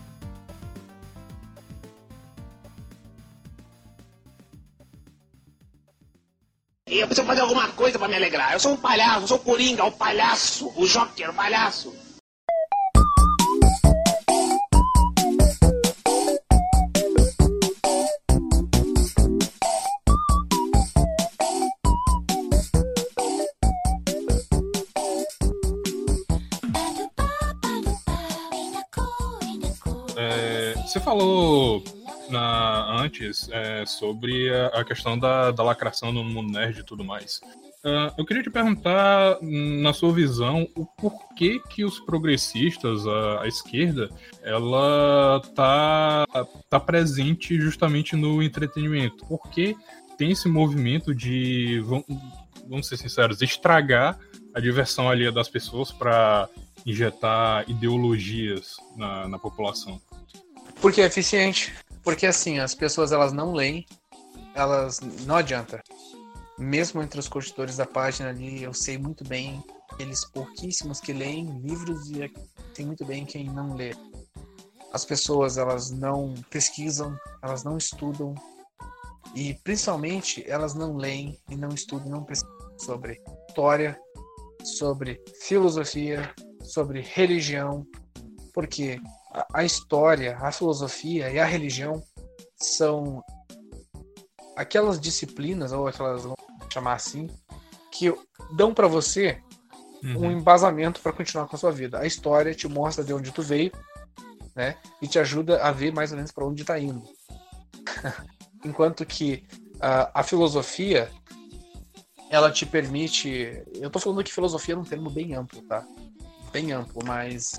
E eu preciso fazer alguma coisa pra me alegrar. Eu sou um palhaço, eu sou o Coringa, o palhaço, o Joker, o palhaço. Você falou antes sobre a questão da lacração no mundo nerd e tudo mais. Eu queria te perguntar, na sua visão, o porquê que os progressistas, a esquerda, ela tá presente justamente no entretenimento. Por que tem esse movimento de, vamos ser sinceros, estragar a diversão ali das pessoas para injetar ideologias na população? Porque é eficiente. Porque assim, as pessoas elas não leem, elas não adianta. Mesmo entre os curtidores da página ali, eu sei muito bem aqueles pouquíssimos que leem livros e sei muito bem quem não lê. As pessoas elas não pesquisam, elas não estudam e principalmente elas não leem e não estudam, não pesquisam sobre história, sobre filosofia, sobre religião, porque a história, a filosofia e a religião são aquelas disciplinas, ou aquelas, vamos chamar assim, que dão para você um embasamento para continuar com a sua vida. A história te mostra de onde tu veio, né, e te ajuda a ver mais ou menos para onde está indo. Enquanto que a filosofia, ela te permite... Eu tô falando que filosofia é um termo bem amplo, tá? Bem amplo, mas...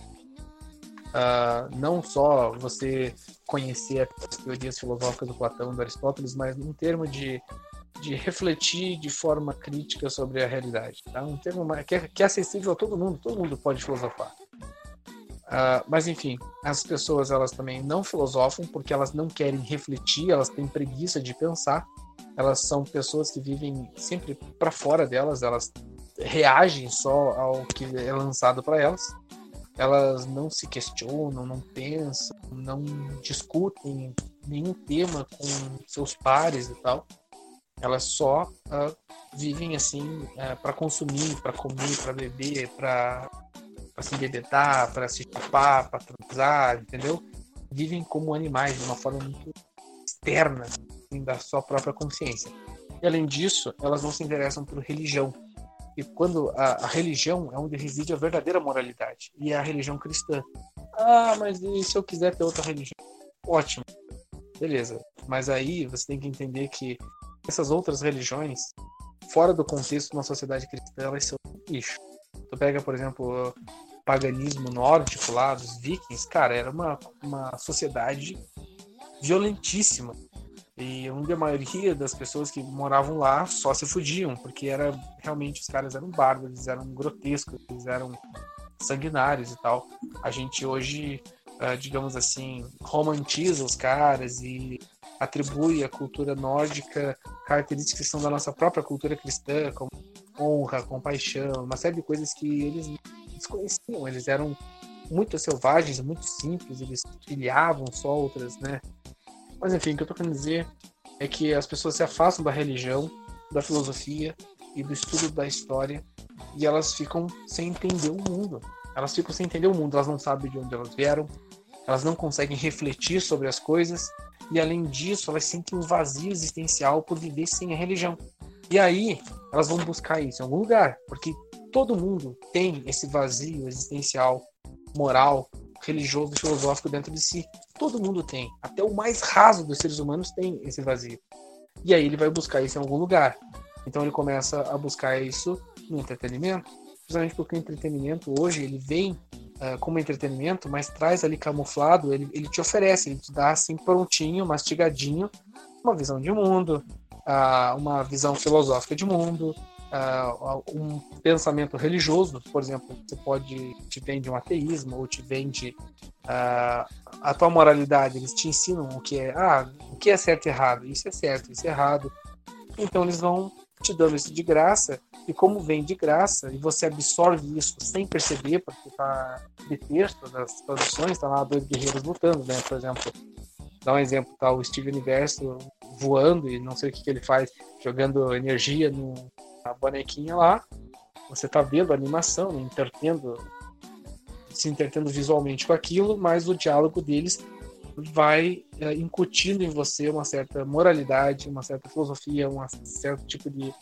não só você conhecer as teorias filosóficas do Platão, do Aristóteles, mas um termo de refletir de forma crítica sobre a realidade. Tá? Um termo que é acessível a todo mundo pode filosofar. Mas enfim, as pessoas elas também não filosofam porque elas não querem refletir, elas têm preguiça de pensar, elas são pessoas que vivem sempre para fora delas, elas reagem só ao que é lançado para elas. Elas não se questionam, não pensam, não discutem nenhum tema com seus pares e tal. Elas só vivem assim para consumir, para comer, para beber, para se embebedar, para se chapar, para transar, entendeu? Vivem como animais de uma forma muito externa assim, da sua própria consciência. E além disso, elas não se interessam por religião. E quando a religião é onde reside a verdadeira moralidade, e é a religião cristã. Ah, mas e se eu quiser ter outra religião? Ótimo, beleza. Mas aí você tem que entender que essas outras religiões, fora do contexto de uma sociedade cristã, elas são um lixo. Tu pega, por exemplo, o paganismo nórdico lá, dos vikings, cara, era uma sociedade violentíssima. E onde a maioria das pessoas que moravam lá só se fudiam, porque realmente os caras eram bárbaros, eles eram grotescos, eles eram sanguinários e tal. A gente hoje, digamos assim, romantiza os caras e atribui à cultura nórdica características que são da nossa própria cultura cristã, como honra, compaixão, uma série de coisas que eles desconheciam. Eles eram muito selvagens, muito simples, eles pilhavam só outras, né? Mas enfim, o que eu tô querendo dizer é que as pessoas se afastam da religião, da filosofia e do estudo da história, e elas ficam sem entender o mundo. Elas ficam sem entender o mundo, elas não sabem de onde elas vieram, elas não conseguem refletir sobre as coisas, e além disso, elas sentem um vazio existencial por viver sem a religião. E aí, elas vão buscar isso em algum lugar, porque todo mundo tem esse vazio existencial, moral, religioso e filosófico dentro de si. Todo mundo tem. Até o mais raso dos seres humanos tem esse vazio. E aí ele vai buscar isso em algum lugar. Então ele começa a buscar isso no entretenimento, justamente porque o entretenimento hoje ele vem como entretenimento, mas traz ali camuflado, ele te oferece, ele te dá assim prontinho, mastigadinho, uma visão de mundo, uma visão filosófica de mundo, um pensamento religioso. Por exemplo, te vende um ateísmo, ou te vende a tua moralidade, eles te ensinam o que é certo e errado, isso é certo, isso é errado. Então eles vão te dando isso de graça, e como vem de graça, e você absorve isso sem perceber, porque tá de texto das produções, tá lá 2 guerreiros lutando, né? Por exemplo, dá um exemplo, tá o Steven Universo voando, e não sei o que ele faz, jogando energia na bonequinha lá, você tá vendo a animação, né? Se entretendo visualmente com aquilo, mas o diálogo deles vai incutindo em você uma certa moralidade, uma certa filosofia, um certo tipo de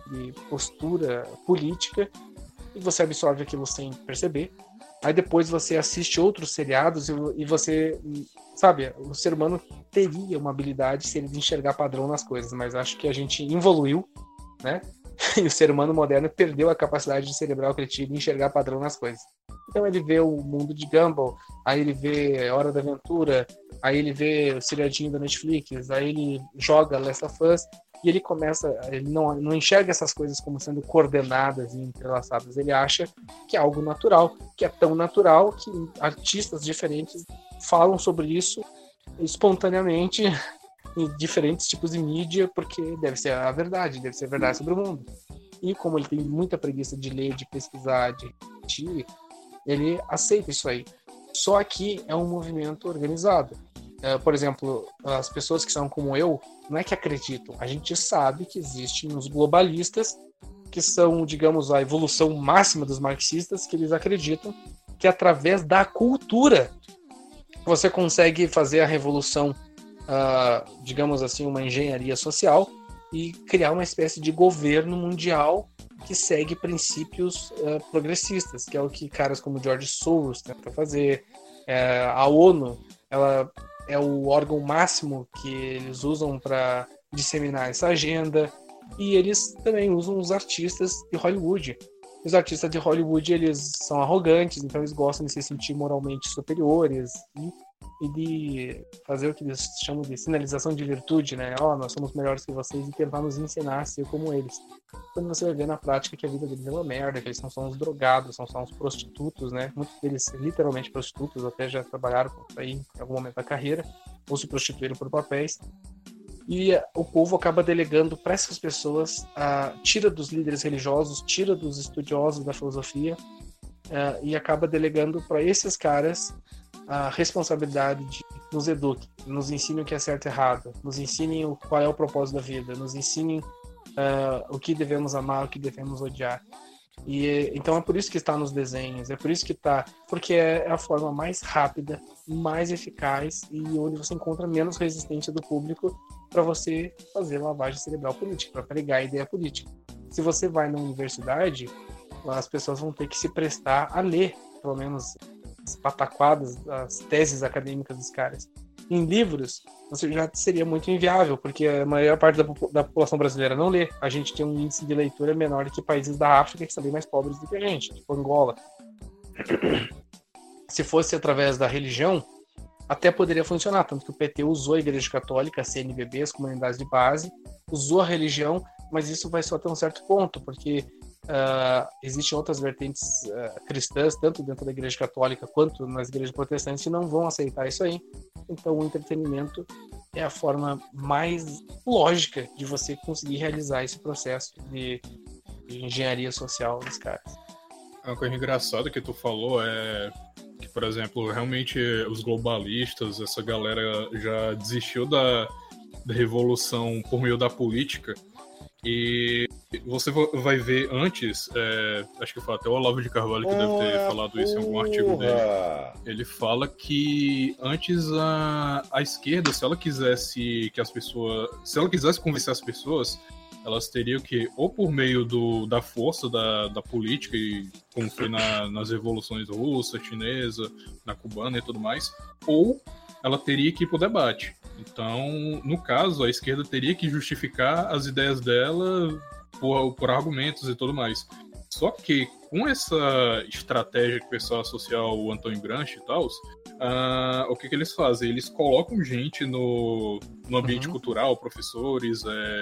postura política, e você absorve aquilo sem perceber. Aí depois você assiste outros seriados e você, sabe, o ser humano teria uma habilidade se ele enxergar padrão nas coisas, mas acho que a gente evoluiu, né? E o ser humano moderno perdeu a capacidade de cerebral que ele tinha de enxergar padrão nas coisas. Então ele vê o Mundo de Gumball, aí ele vê Hora da Aventura, aí ele vê o seriadinho da Netflix, aí ele joga Last of Us, e ele não enxerga essas coisas como sendo coordenadas e entrelaçadas. Ele acha que é algo natural, que é tão natural que artistas diferentes falam sobre isso espontaneamente em diferentes tipos de mídia, porque deve ser a verdade sobre o mundo. E como ele tem muita preguiça de ler, de pesquisar, de repetir, ele aceita isso aí. Só que é um movimento organizado. Por exemplo, as pessoas que são como eu, não é que acreditam, a gente sabe que existem os globalistas, que são, digamos, a evolução máxima dos marxistas, que eles acreditam que através da cultura você consegue fazer a revolução, digamos assim, uma engenharia social, e criar uma espécie de governo mundial que segue princípios progressistas, que é o que caras como George Soros tentam fazer. A ONU, ela é o órgão máximo que eles usam para disseminar essa agenda, e eles também usam os artistas de Hollywood. Os artistas de Hollywood, eles são arrogantes, então eles gostam de se sentir moralmente superiores e de fazer o que eles chamam de sinalização de virtude, né? Nós somos melhores que vocês, e tentar nos ensinar a ser como eles. Quando você vai ver na prática que a vida deles é uma merda, que eles não são uns drogados, são só uns prostitutos, né? Muitos deles literalmente prostitutos, até já trabalharam com isso aí em algum momento da carreira, ou se prostituíram por papéis. E o povo acaba delegando para essas pessoas, tira dos líderes religiosos, tira dos estudiosos da filosofia, e acaba delegando para esses caras a responsabilidade de nos eduquem, nos ensinem o que é certo e errado, nos ensinem qual é o propósito da vida, nos ensinem o que devemos amar, o que devemos odiar. E então é por isso que está nos desenhos, é por isso que está, porque é a forma mais rápida, mais eficaz, e onde você encontra menos resistência do público para você fazer lavagem cerebral política, para pregar a ideia política. Se você vai na universidade, as pessoas vão ter que se prestar a ler, pelo menos, as pataquadas, as teses acadêmicas dos caras. Em livros, você já seria muito inviável, porque a maior parte da população brasileira não lê. A gente tem um índice de leitura menor que países da África, que são bem mais pobres do que a gente, tipo Angola. Se fosse através da religião, até poderia funcionar, tanto que o PT usou a Igreja Católica, a CNBB, as comunidades de base, usou a religião, mas isso vai só até um certo ponto, porque existem outras vertentes cristãs, tanto dentro da Igreja Católica quanto nas igrejas protestantes, que não vão aceitar isso aí. Então, o entretenimento é a forma mais lógica de você conseguir realizar esse processo de engenharia social dos caras. Uma coisa engraçada que tu falou é que, por exemplo, realmente os globalistas, essa galera já desistiu da revolução por meio da política. E você vai ver antes, acho que foi até o Olavo de Carvalho que deve ter falado isso em algum artigo dele. Ele fala que antes a esquerda, se ela quisesse convencer as pessoas, elas teriam que, ou por meio da força da política, e como foi nas revoluções russa, chinesa, na cubana e tudo mais, ou ela teria que ir pro debate. Então, no caso, a esquerda teria que justificar as ideias dela por argumentos e tudo mais. Só que, com essa estratégia que o pessoal associa ao Antônio Gramsci e tal, o que eles fazem? Eles colocam gente no ambiente cultural, professores,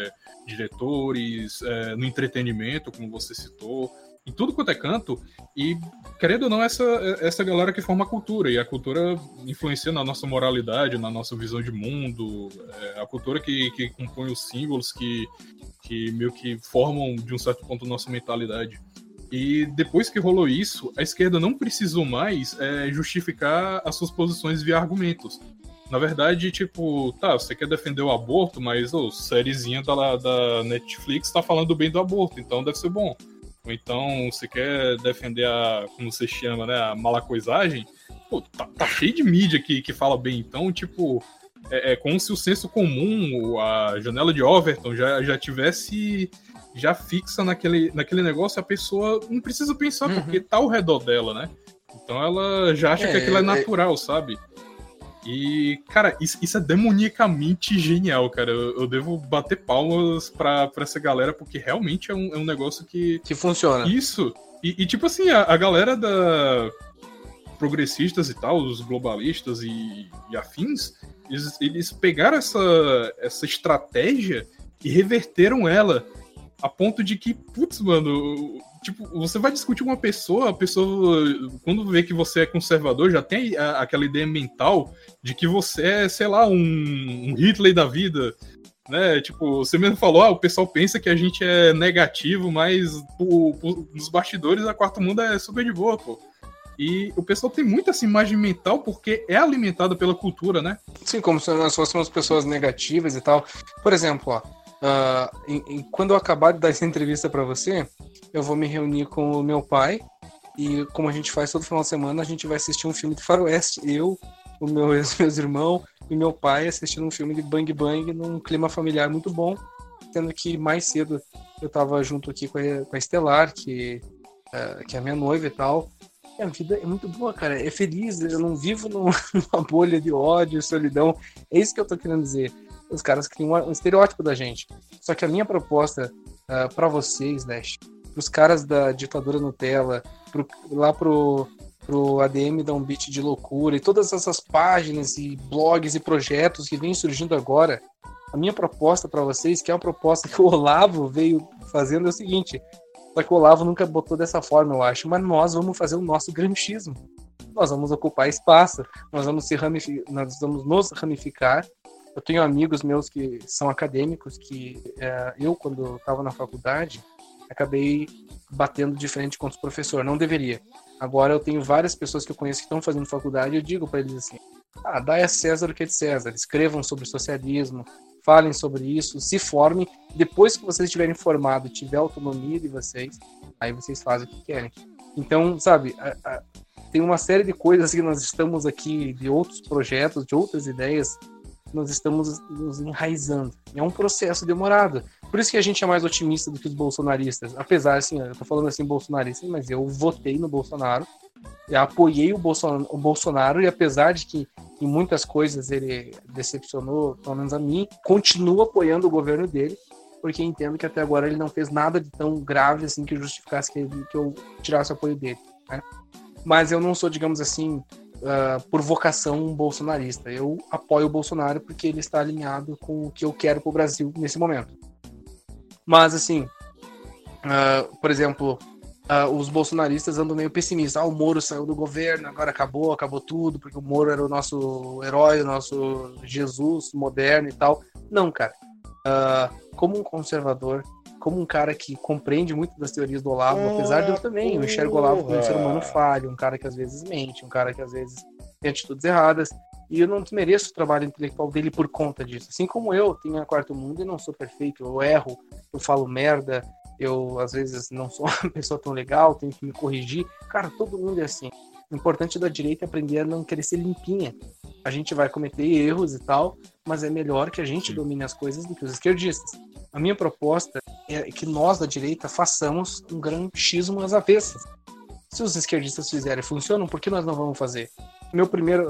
diretores, no entretenimento, como você citou, em tudo quanto é canto, e, querendo ou não, essa galera que forma a cultura, e a cultura influencia na nossa moralidade, na nossa visão de mundo, a cultura que compõe os símbolos que meio que formam, de um certo ponto, nossa mentalidade. E depois que rolou isso, a esquerda não precisou mais justificar as suas posições via argumentos. Na verdade, tipo, você quer defender o aborto, mas sériezinha da Netflix tá falando bem do aborto, então deve ser bom. Ou então, você quer defender como você chama, né, a malacoisagem, tá cheio de mídia que fala bem. Então, tipo, é como se o senso comum, a janela de Overton já tivesse já fixa naquele negócio, a pessoa não precisa pensar, porque tá ao redor dela, né? Então ela já acha que aquilo é natural, sabe? E, cara, isso é demoniacamente genial, cara. Eu devo bater palmas pra essa galera, porque realmente é um negócio que funciona. Isso. E tipo assim, a galera progressistas e tal, os globalistas e afins, eles pegaram essa estratégia e reverteram ela a ponto de que, putz, mano, tipo, você vai discutir com uma pessoa, a pessoa, quando vê que você é conservador, já tem aquela ideia mental de que você é, sei lá, um Hitler da vida, né? Tipo, você mesmo falou, o pessoal pensa que a gente é negativo, mas nos bastidores a Quarto Mundo é super de boa, pô. E o pessoal tem muito essa imagem mental porque é alimentada pela cultura, né? Sim, como se nós fôssemos pessoas negativas e tal. Por exemplo, quando eu acabar de dar essa entrevista para você, eu vou me reunir com o meu pai e, como a gente faz todo final de semana, a gente vai assistir um filme de faroeste. Eu, os meus irmãos e meu pai assistindo um filme de Bang Bang num clima familiar muito bom, sendo que mais cedo eu tava junto aqui com a Estelar, que é a minha noiva e tal. E a vida é muito boa, cara, é feliz, eu não vivo numa bolha de ódio, solidão, é isso que eu tô querendo dizer. Os caras criam um estereótipo da gente. Só que a minha proposta para vocês, né, pros caras da ditadura Nutella, lá pro ADM dar um beat de loucura e todas essas páginas e blogs e projetos que vêm surgindo agora, a minha proposta para vocês, que é uma proposta que o Olavo veio fazendo, é o seguinte: só que o Olavo nunca botou dessa forma, eu acho, mas nós vamos fazer o nosso gramscismo. Nós vamos ocupar espaço, nós vamos nos ramificar. Eu tenho amigos meus que são acadêmicos, que eu, quando estava na faculdade, acabei batendo de frente contra os professores. Não deveria. Agora eu tenho várias pessoas que eu conheço que estão fazendo faculdade e eu digo para eles assim: dai a César o que é de César. Escrevam sobre socialismo, falem sobre isso, se formem. Depois que vocês estiverem formados, tiver autonomia de vocês, aí vocês fazem o que querem. Então, sabe, tem uma série de coisas que nós estamos aqui, de outros projetos, de outras ideias, nós estamos nos enraizando. É um processo demorado. Por isso que a gente é mais otimista do que os bolsonaristas. Apesar, assim, eu tô falando assim bolsonarista, mas eu votei no Bolsonaro, eu apoiei o Bolsonaro, e apesar de que em muitas coisas ele decepcionou, pelo menos a mim, continuo apoiando o governo dele, porque entendo que até agora ele não fez nada de tão grave assim que justificasse que eu tirasse o apoio dele, né? Mas eu não sou, digamos assim, por vocação bolsonarista. Eu apoio o Bolsonaro porque ele está alinhado com o que eu quero para o Brasil nesse momento. Mas, assim, por exemplo, os bolsonaristas andam meio pessimistas. O Moro saiu do governo, agora acabou tudo, porque o Moro era o nosso herói, o nosso Jesus moderno e tal. Não, cara. Como um conservador, como um cara que compreende muito das teorias do Olavo, apesar de eu também, eu enxergo o Olavo como um ser humano falho, um cara que às vezes mente, um cara que às vezes tem atitudes erradas, e eu não desmereço o trabalho intelectual dele por conta disso. Assim como eu tenho a quarto mundo e não sou perfeito, eu erro, eu falo merda, eu às vezes não sou uma pessoa tão legal, tenho que me corrigir. Cara, todo mundo é assim. O importante da direita é aprender a não querer ser limpinha. A gente vai cometer erros e tal, mas é melhor que a gente domine as coisas do que os esquerdistas. A minha proposta é que nós da direita façamos um granchismo às avessas. Se os esquerdistas fizerem e funcionam, por que nós não vamos fazer? Meu primeiro,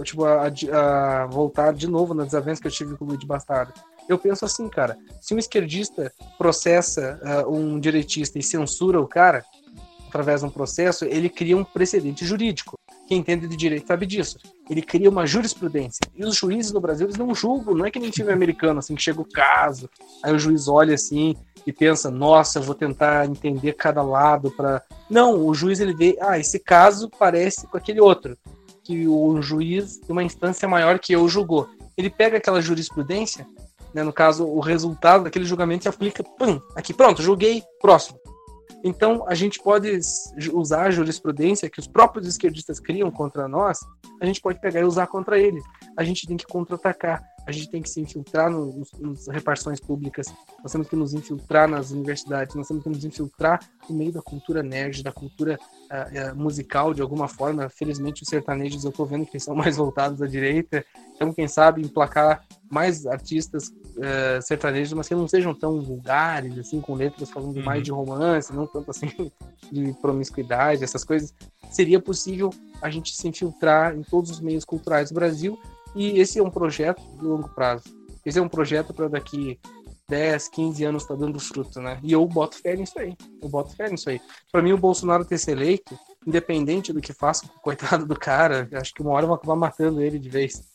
a voltar de novo na desavença que eu tive com o Luiz Bastardo. Eu penso assim, cara, se um esquerdista processa um direitista e censura o cara, através de um processo, ele cria um precedente jurídico. Quem entende de direito sabe disso. Ele cria uma jurisprudência. E os juízes no Brasil, eles não julgam, não é que nem filme americano, assim, que chega o caso, aí o juiz olha assim e pensa, nossa, eu vou tentar entender cada lado para... Não, o juiz ele vê, esse caso parece com aquele outro, que o juiz de uma instância maior que eu julgou. Ele pega aquela jurisprudência, né, no caso, o resultado daquele julgamento e aplica, aqui, pronto, julguei, próximo. Então, a gente pode usar a jurisprudência que os próprios esquerdistas criam contra nós, a gente pode pegar e usar contra eles. A gente tem que contra-atacar, a gente tem que se infiltrar nas repartições públicas, nós temos que nos infiltrar nas universidades, nós temos que nos infiltrar no meio da cultura nerd, da cultura musical, de alguma forma. Felizmente, os sertanejos, eu estou vendo que eles são mais voltados à direita, então, quem sabe, emplacar mais artistas sertanejos, mas que não sejam tão vulgares, assim, com letras falando mais de romance, não tanto assim de promiscuidade, essas coisas. Seria possível a gente se infiltrar em todos os meios culturais do Brasil, e esse é um projeto de longo prazo. Esse é um projeto para daqui 10, 15 anos tá dando fruto, né? E eu boto fé nisso aí. Para mim, o Bolsonaro ter se eleito, independente do que faça com o coitado do cara, acho que uma hora vão acabar matando ele de vez.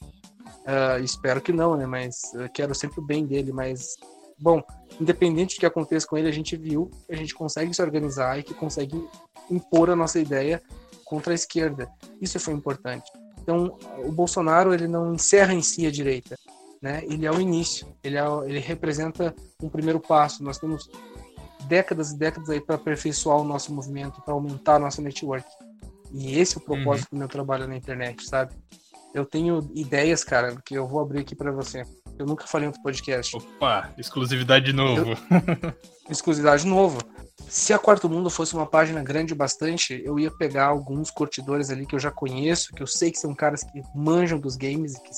Espero que não, né? Mas eu quero sempre o bem dele. Mas, bom, independente do que aconteça com ele, a gente viu que a gente consegue se organizar e que consegue impor a nossa ideia contra a esquerda. Isso foi importante. Então, o Bolsonaro, ele não encerra em si a direita, né? Ele é o início, ele representa um primeiro passo. Nós temos décadas e décadas aí para aperfeiçoar o nosso movimento, para aumentar a nossa network. E esse é o propósito do meu trabalho na internet, sabe? Eu tenho ideias, cara, que eu vou abrir aqui para você. Eu nunca falei em outro podcast. Opa, exclusividade de novo. Exclusividade de novo. Se a Quarto Mundo fosse uma página grande bastante, eu ia pegar alguns curtidores ali que eu já conheço, que eu sei que são caras que manjam dos games e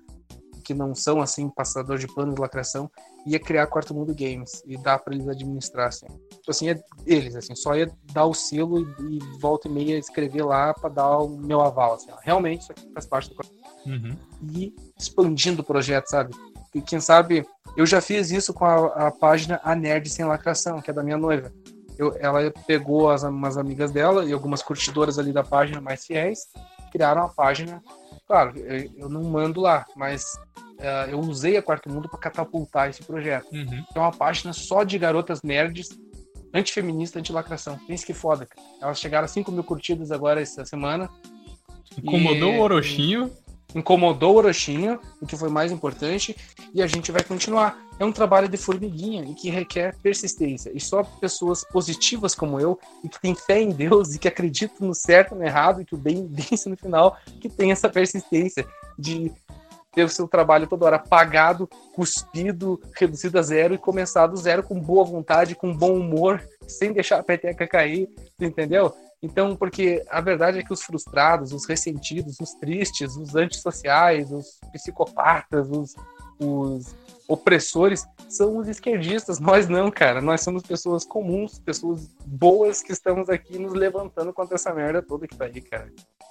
que não são, assim, passador de pano de lacração, ia criar Quarto Mundo Games e dar para eles administrar, assim. Assim, eles, assim, só ia dar o selo e volta e meia escrever lá para dar o meu aval, assim, ó. Realmente isso aqui faz parte do Quarto Mundo. E expandindo o projeto, sabe? E quem sabe, eu já fiz isso com a página A Nerd Sem Lacração, que é da minha noiva. Ela pegou umas amigas dela e algumas curtidoras ali da página mais fiéis, criaram a página. Claro, eu não mando lá, mas eu usei a Quarto Mundo para catapultar esse projeto. É uma página só de garotas nerds, antifeminista, antilacração. Pensa que foda, cara. Elas chegaram a 5 mil curtidas agora essa semana. Incomodou o Orochinho. Incomodou o Orochinho, o que foi mais importante, e a gente vai continuar. É um trabalho de formiguinha e que requer persistência. E só pessoas positivas como eu, e que têm fé em Deus, e que acreditam no certo e no errado, e que o bem vence no final, que tem essa persistência de ter o seu trabalho toda hora apagado, cuspido, reduzido a zero, e começar do zero com boa vontade, com bom humor, sem deixar a peteca cair, entendeu? Então, porque a verdade é que os frustrados, os ressentidos, os tristes, os antissociais, os psicopatas, os opressores são os esquerdistas. Nós não, cara. Nós somos pessoas comuns, pessoas boas que estamos aqui nos levantando contra essa merda toda que tá aí, cara.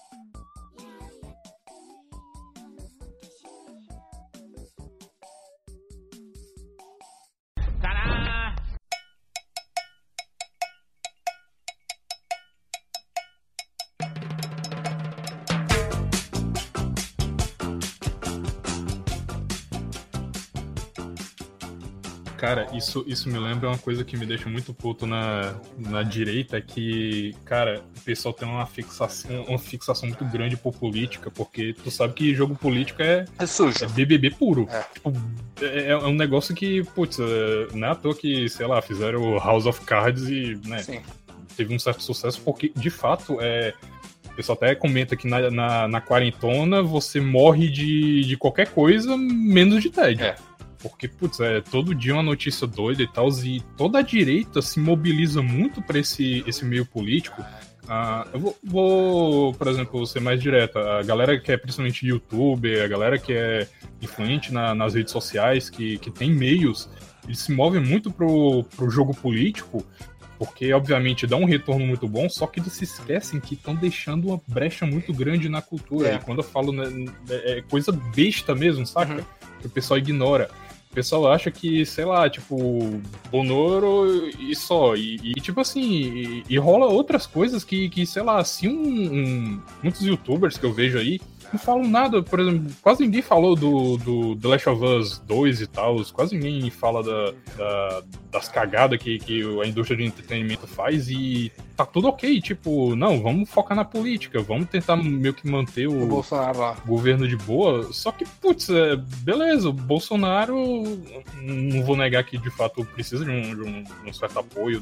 Cara, isso me lembra uma coisa que me deixa muito puto na direita, que, cara, o pessoal tem uma fixação muito grande por política, porque tu sabe que jogo político é sujo. É BBB puro. É. Tipo, é um negócio que, putz, não é à toa que, sei lá, fizeram House of Cards e, né, Sim. teve um certo sucesso, porque, de fato, o pessoal até comenta que na quarentona você morre de qualquer coisa, menos de tédio. É. Porque, putz, todo dia uma notícia doida e tal, e toda a direita se mobiliza muito pra esse meio político. Eu vou, por exemplo, ser mais direto. A galera que é principalmente youtuber, a galera que é influente nas redes sociais, que tem meios, eles se movem muito pro jogo político, porque, obviamente, dá um retorno muito bom, só que eles se esquecem que estão deixando uma brecha muito grande na cultura. É. E quando eu falo, né, é coisa besta mesmo, saca? Uhum. Que o pessoal ignora. O pessoal acha que, sei lá, tipo, Bonoro e só. E tipo assim, e rola outras coisas que sei lá, se muitos youtubers que eu vejo aí não falam nada. Por exemplo, quase ninguém falou do The Last of Us 2 e tal. Quase ninguém fala das cagadas que a indústria de entretenimento faz. E tá tudo ok. Tipo, não, vamos focar na política. Vamos tentar meio que manter o Bolsonaro lá. Governo de boa. Só que, putz, beleza, o Bolsonaro, não vou negar que de fato precisa de um certo apoio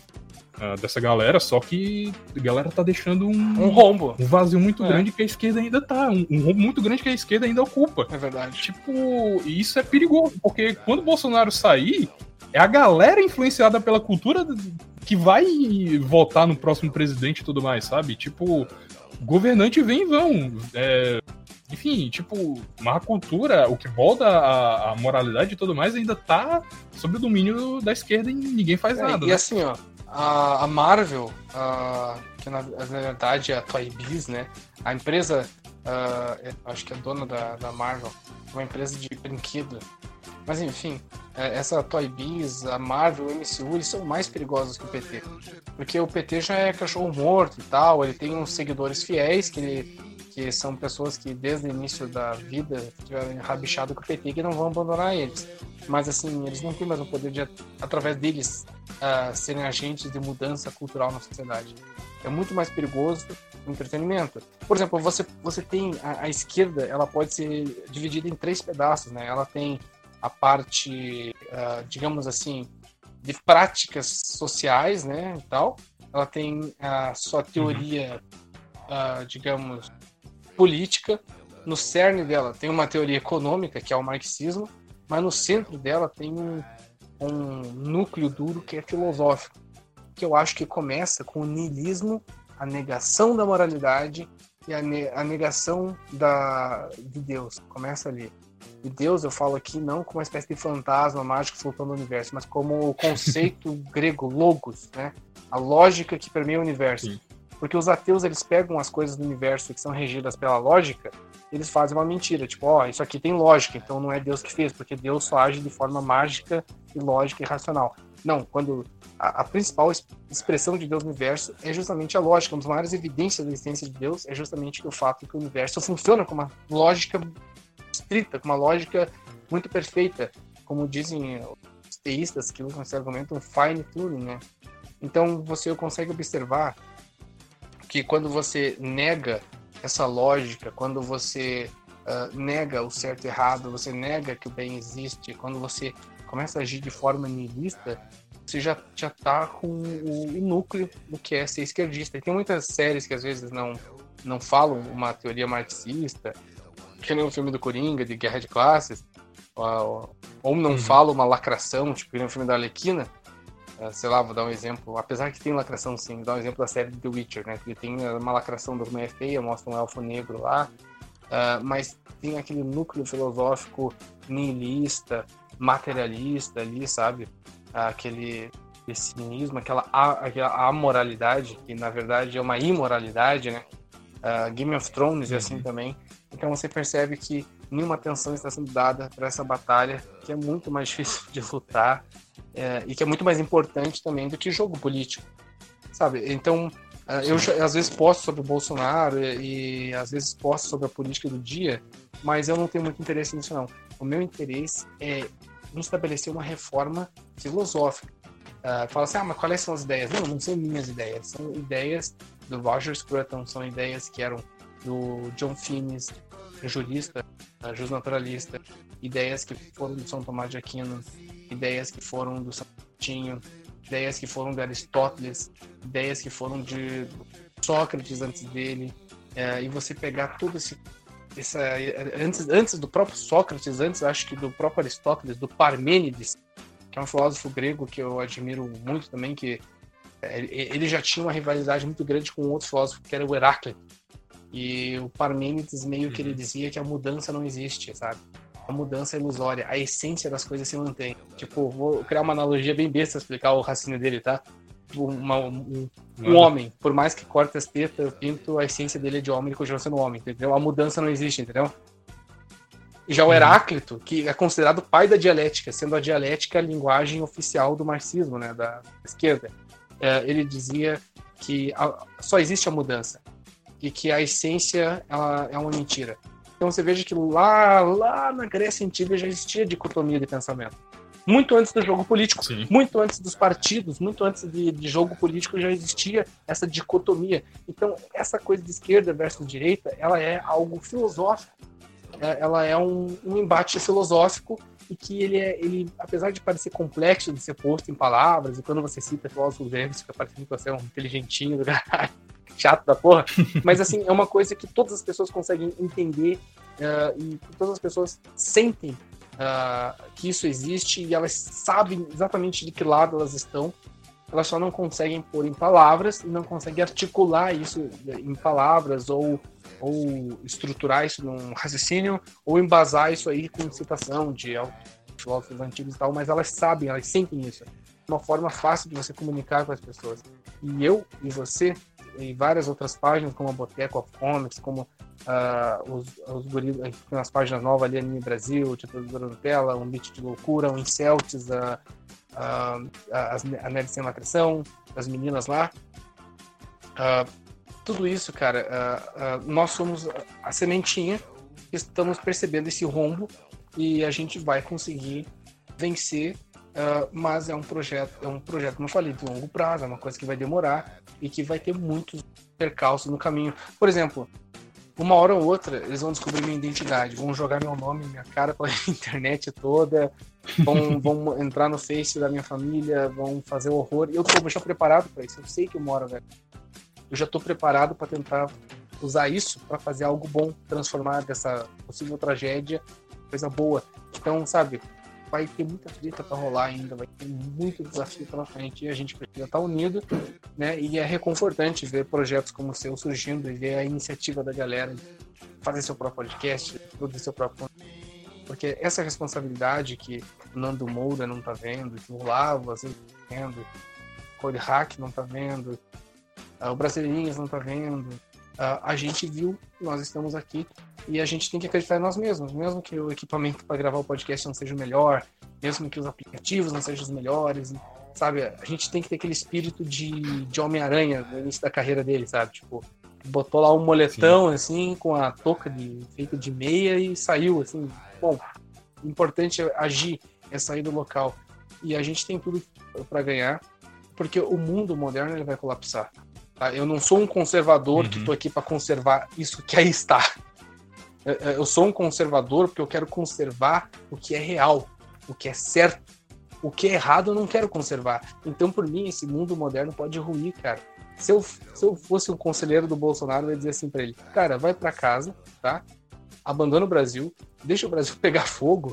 dessa galera, só que a galera tá deixando um rombo. Um vazio muito grande que a esquerda ainda tá. Um rombo muito grande que a esquerda ainda ocupa. É verdade. Tipo, isso é perigoso, porque quando o Bolsonaro sair, é a galera influenciada pela cultura que vai votar no próximo presidente e tudo mais, sabe? Tipo, governante vem e vão. Enfim, tipo, mas a cultura, o que molda a moralidade e tudo mais, ainda tá sob o domínio da esquerda e ninguém faz nada. E né? assim, ó, a Marvel, que na verdade é a Toy Biz, né? A empresa, acho que é dona da Marvel, uma empresa de brinquedo. Mas enfim, essa Toy Biz, a Marvel, o MCU, eles são mais perigosos que o PT. Porque o PT já é cachorro morto e tal, ele tem uns seguidores fiéis que são pessoas que desde o início da vida tiveram enrabichado com o PT, que não vão abandonar eles. Mas assim, eles não têm mais o poder de, através deles, serem agentes de mudança cultural na sociedade. É muito mais perigoso o entretenimento. Por exemplo, você tem a esquerda, ela pode ser dividida em 3 pedaços, né? Ela tem a parte, digamos assim, de práticas sociais, né, e tal. Ela tem a sua teoria, digamos, política. No cerne dela tem uma teoria econômica, que é o marxismo, mas no centro dela tem um núcleo duro que é filosófico, que eu acho que começa com o niilismo, a negação da moralidade e a negação de Deus. Começa ali. E Deus, eu falo aqui não como uma espécie de fantasma mágico flutuando no universo, mas como o conceito grego, logos, né? A lógica que permeia o universo. Sim. Porque os ateus, eles pegam as coisas do universo que são regidas pela lógica, eles fazem uma mentira, tipo, isso aqui tem lógica, então não é Deus que fez, porque Deus só age de forma mágica e lógica e racional. Não, quando a principal expressão de Deus no universo é justamente a lógica. Uma das maiores evidências da existência de Deus é justamente o fato que o universo funciona com uma lógica estrita, com uma lógica muito perfeita, como dizem os teístas que usam esse argumento, um fine tuning, né? Então você consegue observar que quando você nega essa lógica, quando você nega o certo e errado, você nega que o bem existe, quando você começa a agir de forma niilista, você já está com o núcleo do que é ser esquerdista. E tem muitas séries que às vezes não falam uma teoria marxista, que nem o filme do Coringa, de Guerra de Classes, ou não falam uma lacração, tipo que nem o filme da Arlequina. Sei lá, vou dar um exemplo, apesar que tem lacração sim, vou dar um exemplo da série The Witcher, né, que tem uma lacração da mulher feia, mostra um elfo negro lá, mas tem aquele núcleo filosófico nihilista, materialista ali, sabe? Aquele pessimismo, aquela amoralidade, que na verdade é uma imoralidade, né? Game of Thrones é assim também. Então você percebe que nenhuma atenção está sendo dada para essa batalha, que é muito mais difícil de lutar e que é muito mais importante também do que jogo político, sabe? Então, eu às vezes posto sobre o Bolsonaro e às vezes posto sobre a política do dia, mas eu não tenho muito interesse nisso, não. O meu interesse é em estabelecer uma reforma filosófica. Fala assim, mas quais são as ideias? Não são minhas ideias, são ideias do Roger Scruton, são ideias que eram do John Finnis, jurista, justnaturalista, ideias que foram do São Tomás de Aquino, ideias que foram do São Agostinho, ideias que foram de Aristóteles, ideias que foram de Sócrates antes dele, e você pegar tudo antes do próprio Sócrates, antes acho que do próprio Aristóteles, do Parmênides, que é um filósofo grego que eu admiro muito também, que ele já tinha uma rivalidade muito grande com outro filósofo que era o Heráclito. E o Parmênides meio que ele dizia que a mudança não existe, sabe? A mudança é ilusória, a essência das coisas se mantém. Tipo, vou criar uma analogia bem besta pra explicar o raciocínio dele, tá? Um homem, por mais que corte as tetas, eu pinto, a essência dele é de homem, ele continua sendo homem, entendeu? A mudança não existe, entendeu? E já o Heráclito, que é considerado o pai da dialética, sendo a dialética a linguagem oficial do marxismo, né, da esquerda, ele dizia que só existe a mudança e que a essência ela é uma mentira. Então você veja que lá na Grécia Antiga já existia dicotomia de pensamento. Muito antes do jogo político, Sim. muito antes dos partidos, muito antes de jogo político já existia essa dicotomia. Então essa coisa de esquerda versus direita, ela é algo filosófico. Ela é um embate filosófico e que ele, apesar de parecer complexo de ser posto em palavras, e quando você cita filósofos gregos, fica parecendo que você é um inteligentinho do caralho, chato da porra, mas assim, é uma coisa que todas as pessoas conseguem entender e todas as pessoas sentem que isso existe e elas sabem exatamente de que lado elas estão. Elas só não conseguem pôr em palavras e não conseguem articular isso em palavras ou estruturar isso num raciocínio ou embasar isso aí com citação de filósofos antigos e tal, mas elas sabem, elas sentem isso. É uma forma fácil de você comunicar com as pessoas. E eu e você, e várias outras páginas, como a Boteco of Comics, como os guris, as páginas novas ali, Anime Brasil, Ditadura Nutella, Um Beat de Loucura, o Inceltes, a Nerd Sem Lacração, as meninas lá. Tudo isso, cara, nós somos a sementinha que estamos percebendo esse rombo e a gente vai conseguir vencer, mas é um projeto, como eu falei, de longo prazo, é uma coisa que vai demorar e que vai ter muitos percalços no caminho. Por exemplo, uma hora ou outra eles vão descobrir minha identidade, vão jogar meu nome, minha cara pela internet toda, vão entrar no Face da minha família, vão fazer horror, e eu tô já preparado para isso, eu sei que uma hora, velho. Eu já estou preparado para tentar usar isso para fazer algo bom, transformar dessa possível tragédia coisa boa. Então, sabe, vai ter muita treta para rolar ainda, vai ter muito desafio pela frente e a gente precisa estar unido, né? E é reconfortante ver projetos como o seu surgindo e ver a iniciativa da galera de fazer seu próprio podcast, produzir seu próprio conteúdo. Porque essa responsabilidade que o Nando Moura não está vendo, que o Lavo às vezes não está vendo, o Code Hack não está vendo, o Brasileirinhas não está vendo, a gente viu, nós estamos aqui e a gente tem que acreditar em nós mesmos, mesmo que o equipamento para gravar o podcast não seja o melhor, mesmo que os aplicativos não sejam os melhores, sabe? A gente tem que ter aquele espírito de Homem-Aranha no início da carreira dele, sabe? Tipo, botou lá um moletão, assim, com a touca feita de meia e saiu, assim. Bom, o importante é agir, é sair do local. E a gente tem tudo para ganhar, porque o mundo moderno ele vai colapsar. Tá? Eu não sou um conservador que estou aqui para conservar isso que aí está. Eu sou um conservador porque eu quero conservar o que é real, o que é certo. O que é errado eu não quero conservar. Então, por mim, esse mundo moderno pode ruir, cara. Se eu fosse um conselheiro do Bolsonaro, eu ia dizer assim para ele: cara, vai para casa, tá? Abandona o Brasil, deixa o Brasil pegar fogo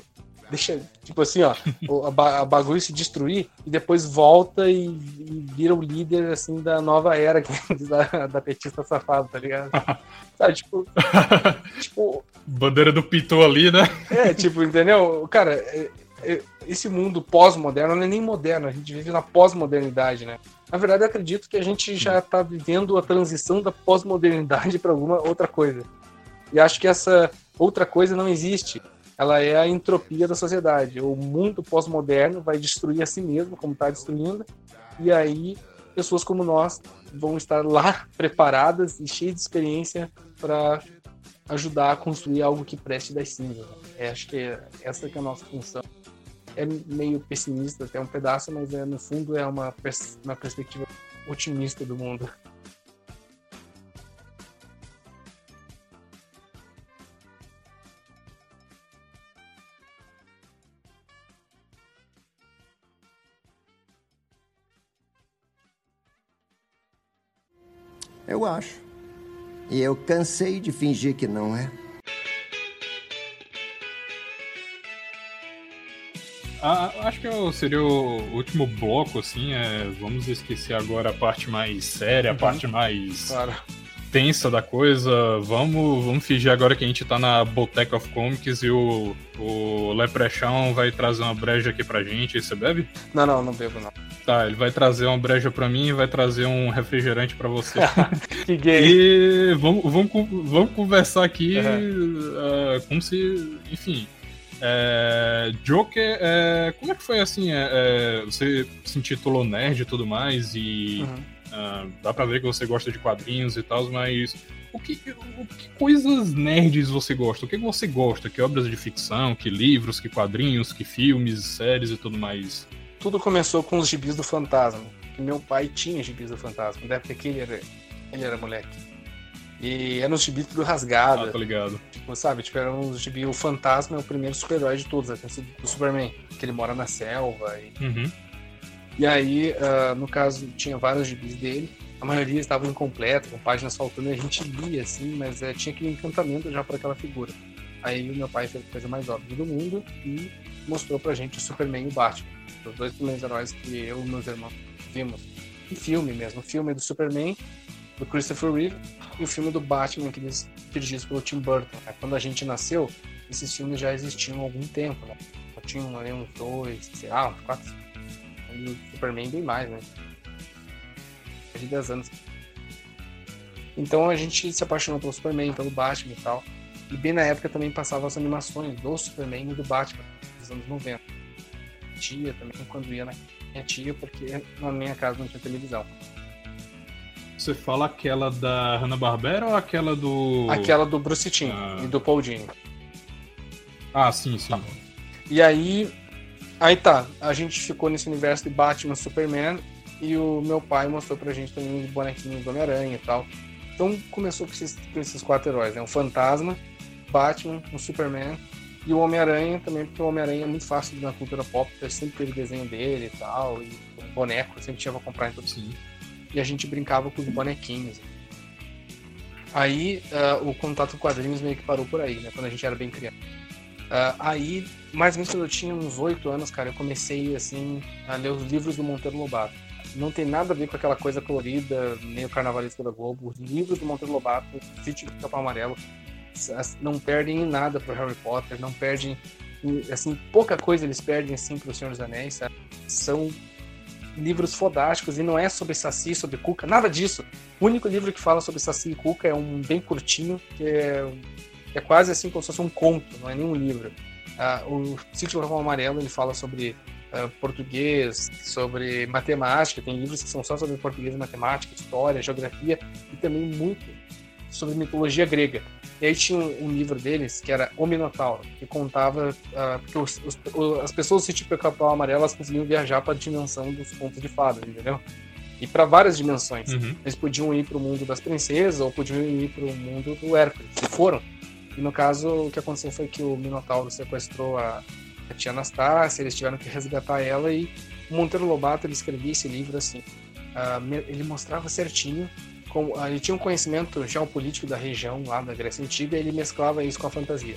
deixa, tipo assim, ó, a bagulho se destruir e depois volta e vira o líder, assim, da nova era da petista safada, tá ligado? Sabe, tipo... Bandeira do Pitu ali, né? Tipo, entendeu? Cara, esse mundo pós-moderno não é nem moderno, a gente vive na pós-modernidade, né? Na verdade, eu acredito que a gente já tá vivendo a transição da pós-modernidade para alguma outra coisa. E acho que essa outra coisa não existe. Ela é a entropia da sociedade. O mundo pós-moderno vai destruir a si mesmo, como está destruindo, e aí pessoas como nós vão estar lá preparadas e cheias de experiência para ajudar a construir algo que preste das cinzas. Acho que essa que é a nossa função. É meio pessimista até um pedaço, mas no fundo é uma perspectiva otimista do mundo. Eu acho. E eu cansei de fingir que não é. Acho que seria o último bloco, assim. Vamos esquecer agora a parte mais séria, a parte mais tensa da coisa. Vamos fingir agora que a gente tá na Boteca of Comics e o Leprechaun vai trazer uma breja aqui pra gente. Você bebe? Não bebo, não. Tá, ele vai trazer uma breja pra mim e vai trazer um refrigerante pra você. Que gay. E vamos conversar aqui como se... Enfim... Joker, como é que foi assim? Você se intitulou nerd e tudo mais, e dá pra ver que você gosta de quadrinhos e tal, mas o que coisas nerds você gosta? O que você gosta? Que obras de ficção, que livros, que quadrinhos, que filmes, séries e tudo mais? Tudo começou com os gibis do Fantasma. Meu pai tinha gibis do Fantasma, na época que ele era moleque. E era um gibi tudo rasgado. Tô ligado. Tipo, era um gibi. O Fantasma é o primeiro super-herói de todos, até do Superman, que ele mora na selva. E aí, no caso, tinha vários gibis dele. A maioria estava incompleta, com páginas faltando, e a gente lia, assim, mas tinha aquele encantamento já por aquela figura. Aí o meu pai fez a coisa mais óbvia do mundo e mostrou pra gente o Superman e o Batman. Os dois primeiros heróis que eu e meus irmãos vimos. Em filme mesmo. O filme do Superman, do Christopher Reeve, e o filme do Batman, dirigidos pelo Tim Burton. Quando a gente nasceu, esses filmes já existiam há algum tempo, né? Já tinham ali uns 2, sei lá, uns 4. E o Superman bem mais, né? De 10 anos. Então a gente se apaixonou pelo Superman, pelo Batman e tal. E bem na época também passavam as animações do Superman e do Batman, dos anos 90. Tia também, quando ia na minha tia, porque na minha casa não tinha televisão. Você fala aquela da Hanna-Barbera ou aquela do... Aquela do Bruce Timm e do Paul Dini. Sim. Tá. E aí tá, a gente ficou nesse universo de Batman, Superman, e o meu pai mostrou pra gente também os bonequinhos do Homem-Aranha e tal. Então começou com esses 4 heróis, né? O Fantasma, Batman, o Superman e o Homem-Aranha também, porque o Homem-Aranha é muito fácil na cultura pop, eu sempre teve desenho dele e tal, e um boneco, sempre tinha pra comprar em todo mundo. E a gente brincava com os bonequinhos. Aí o contato com quadrinhos meio que parou por aí, né? Quando a gente era bem criança. Aí, mais ou menos quando eu tinha uns 8 anos, cara, eu comecei, assim, a ler os livros do Monteiro Lobato. Não tem nada a ver com aquela coisa colorida, meio carnavalesca da Globo. Os livros do Monteiro Lobato, Sítio do Capão Amarelo, não perdem em nada pro Harry Potter, não perdem, assim, pouca coisa eles perdem, assim, pro Senhor dos Anéis, sabe? São livros fodásticos, e não é sobre Saci, sobre Cuca, nada disso. O único livro que fala sobre Saci e Cuca é um bem curtinho, que é quase assim como se fosse um conto, não é nenhum livro. O Sítio do Capão Amarelo, ele fala sobre português, sobre matemática, tem livros que são só sobre português e matemática, história, geografia, e também muito sobre mitologia grega. E aí tinha um livro deles que era O Minotauro, que contava que as pessoas do Sítio do Capão Amarelo, elas conseguiam viajar para a dimensão dos contos de fadas, entendeu? E para várias dimensões. Eles podiam ir para o mundo das princesas ou podiam ir para o mundo do Hércules. E foram. E no caso, o que aconteceu foi que o Minotauro sequestrou a tia Anastácia, eles tiveram que resgatar ela, e o Monteiro Lobato, ele escrevia esse livro assim. Ele mostrava certinho, ele tinha um conhecimento geopolítico da região lá da Grécia Antiga, e ele mesclava isso com a fantasia.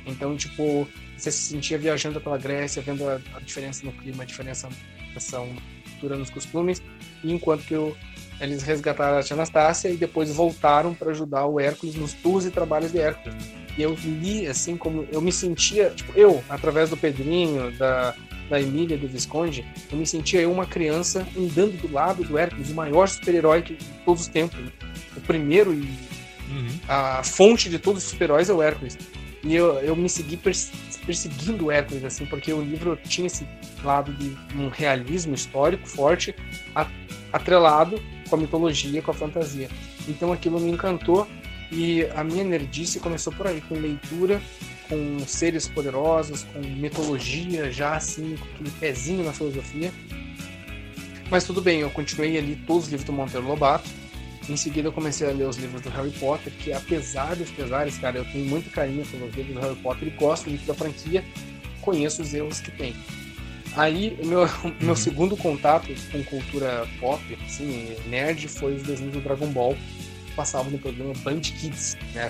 Então, tipo, você se sentia viajando pela Grécia, vendo a diferença no clima, a diferença na cultura, nos costumes, e enquanto que eles resgataram a tia Anastácia e depois voltaram para ajudar o Hércules nos tours e trabalhos de Hércules. E eu li, assim, como eu me sentia, tipo, através do Pedrinho, da Emília, do Visconde, eu me sentia uma criança andando do lado do Hércules, o maior super-herói de todos os tempos. Né? O primeiro e a fonte de todos os super-heróis é o Hércules. E eu me segui perseguindo o Hércules, assim, porque o livro tinha esse lado de um realismo histórico forte, atrelado com a mitologia, com a fantasia. Então aquilo me encantou e a minha nerdice começou por aí, com leitura, com seres poderosos, com mitologia, já assim, com aquele pezinho na filosofia. Mas tudo bem, eu continuei a ler todos os livros do Monteiro Lobato. Em seguida eu comecei a ler os livros do Harry Potter, que apesar dos pesares, cara, eu tenho muito carinho pelos livros do Harry Potter e gosto muito da franquia, conheço os erros que tem. Aí, o meu segundo contato com cultura pop, assim, nerd, foi os desenhos do Dragon Ball, que passavam no programa Band Kids, né?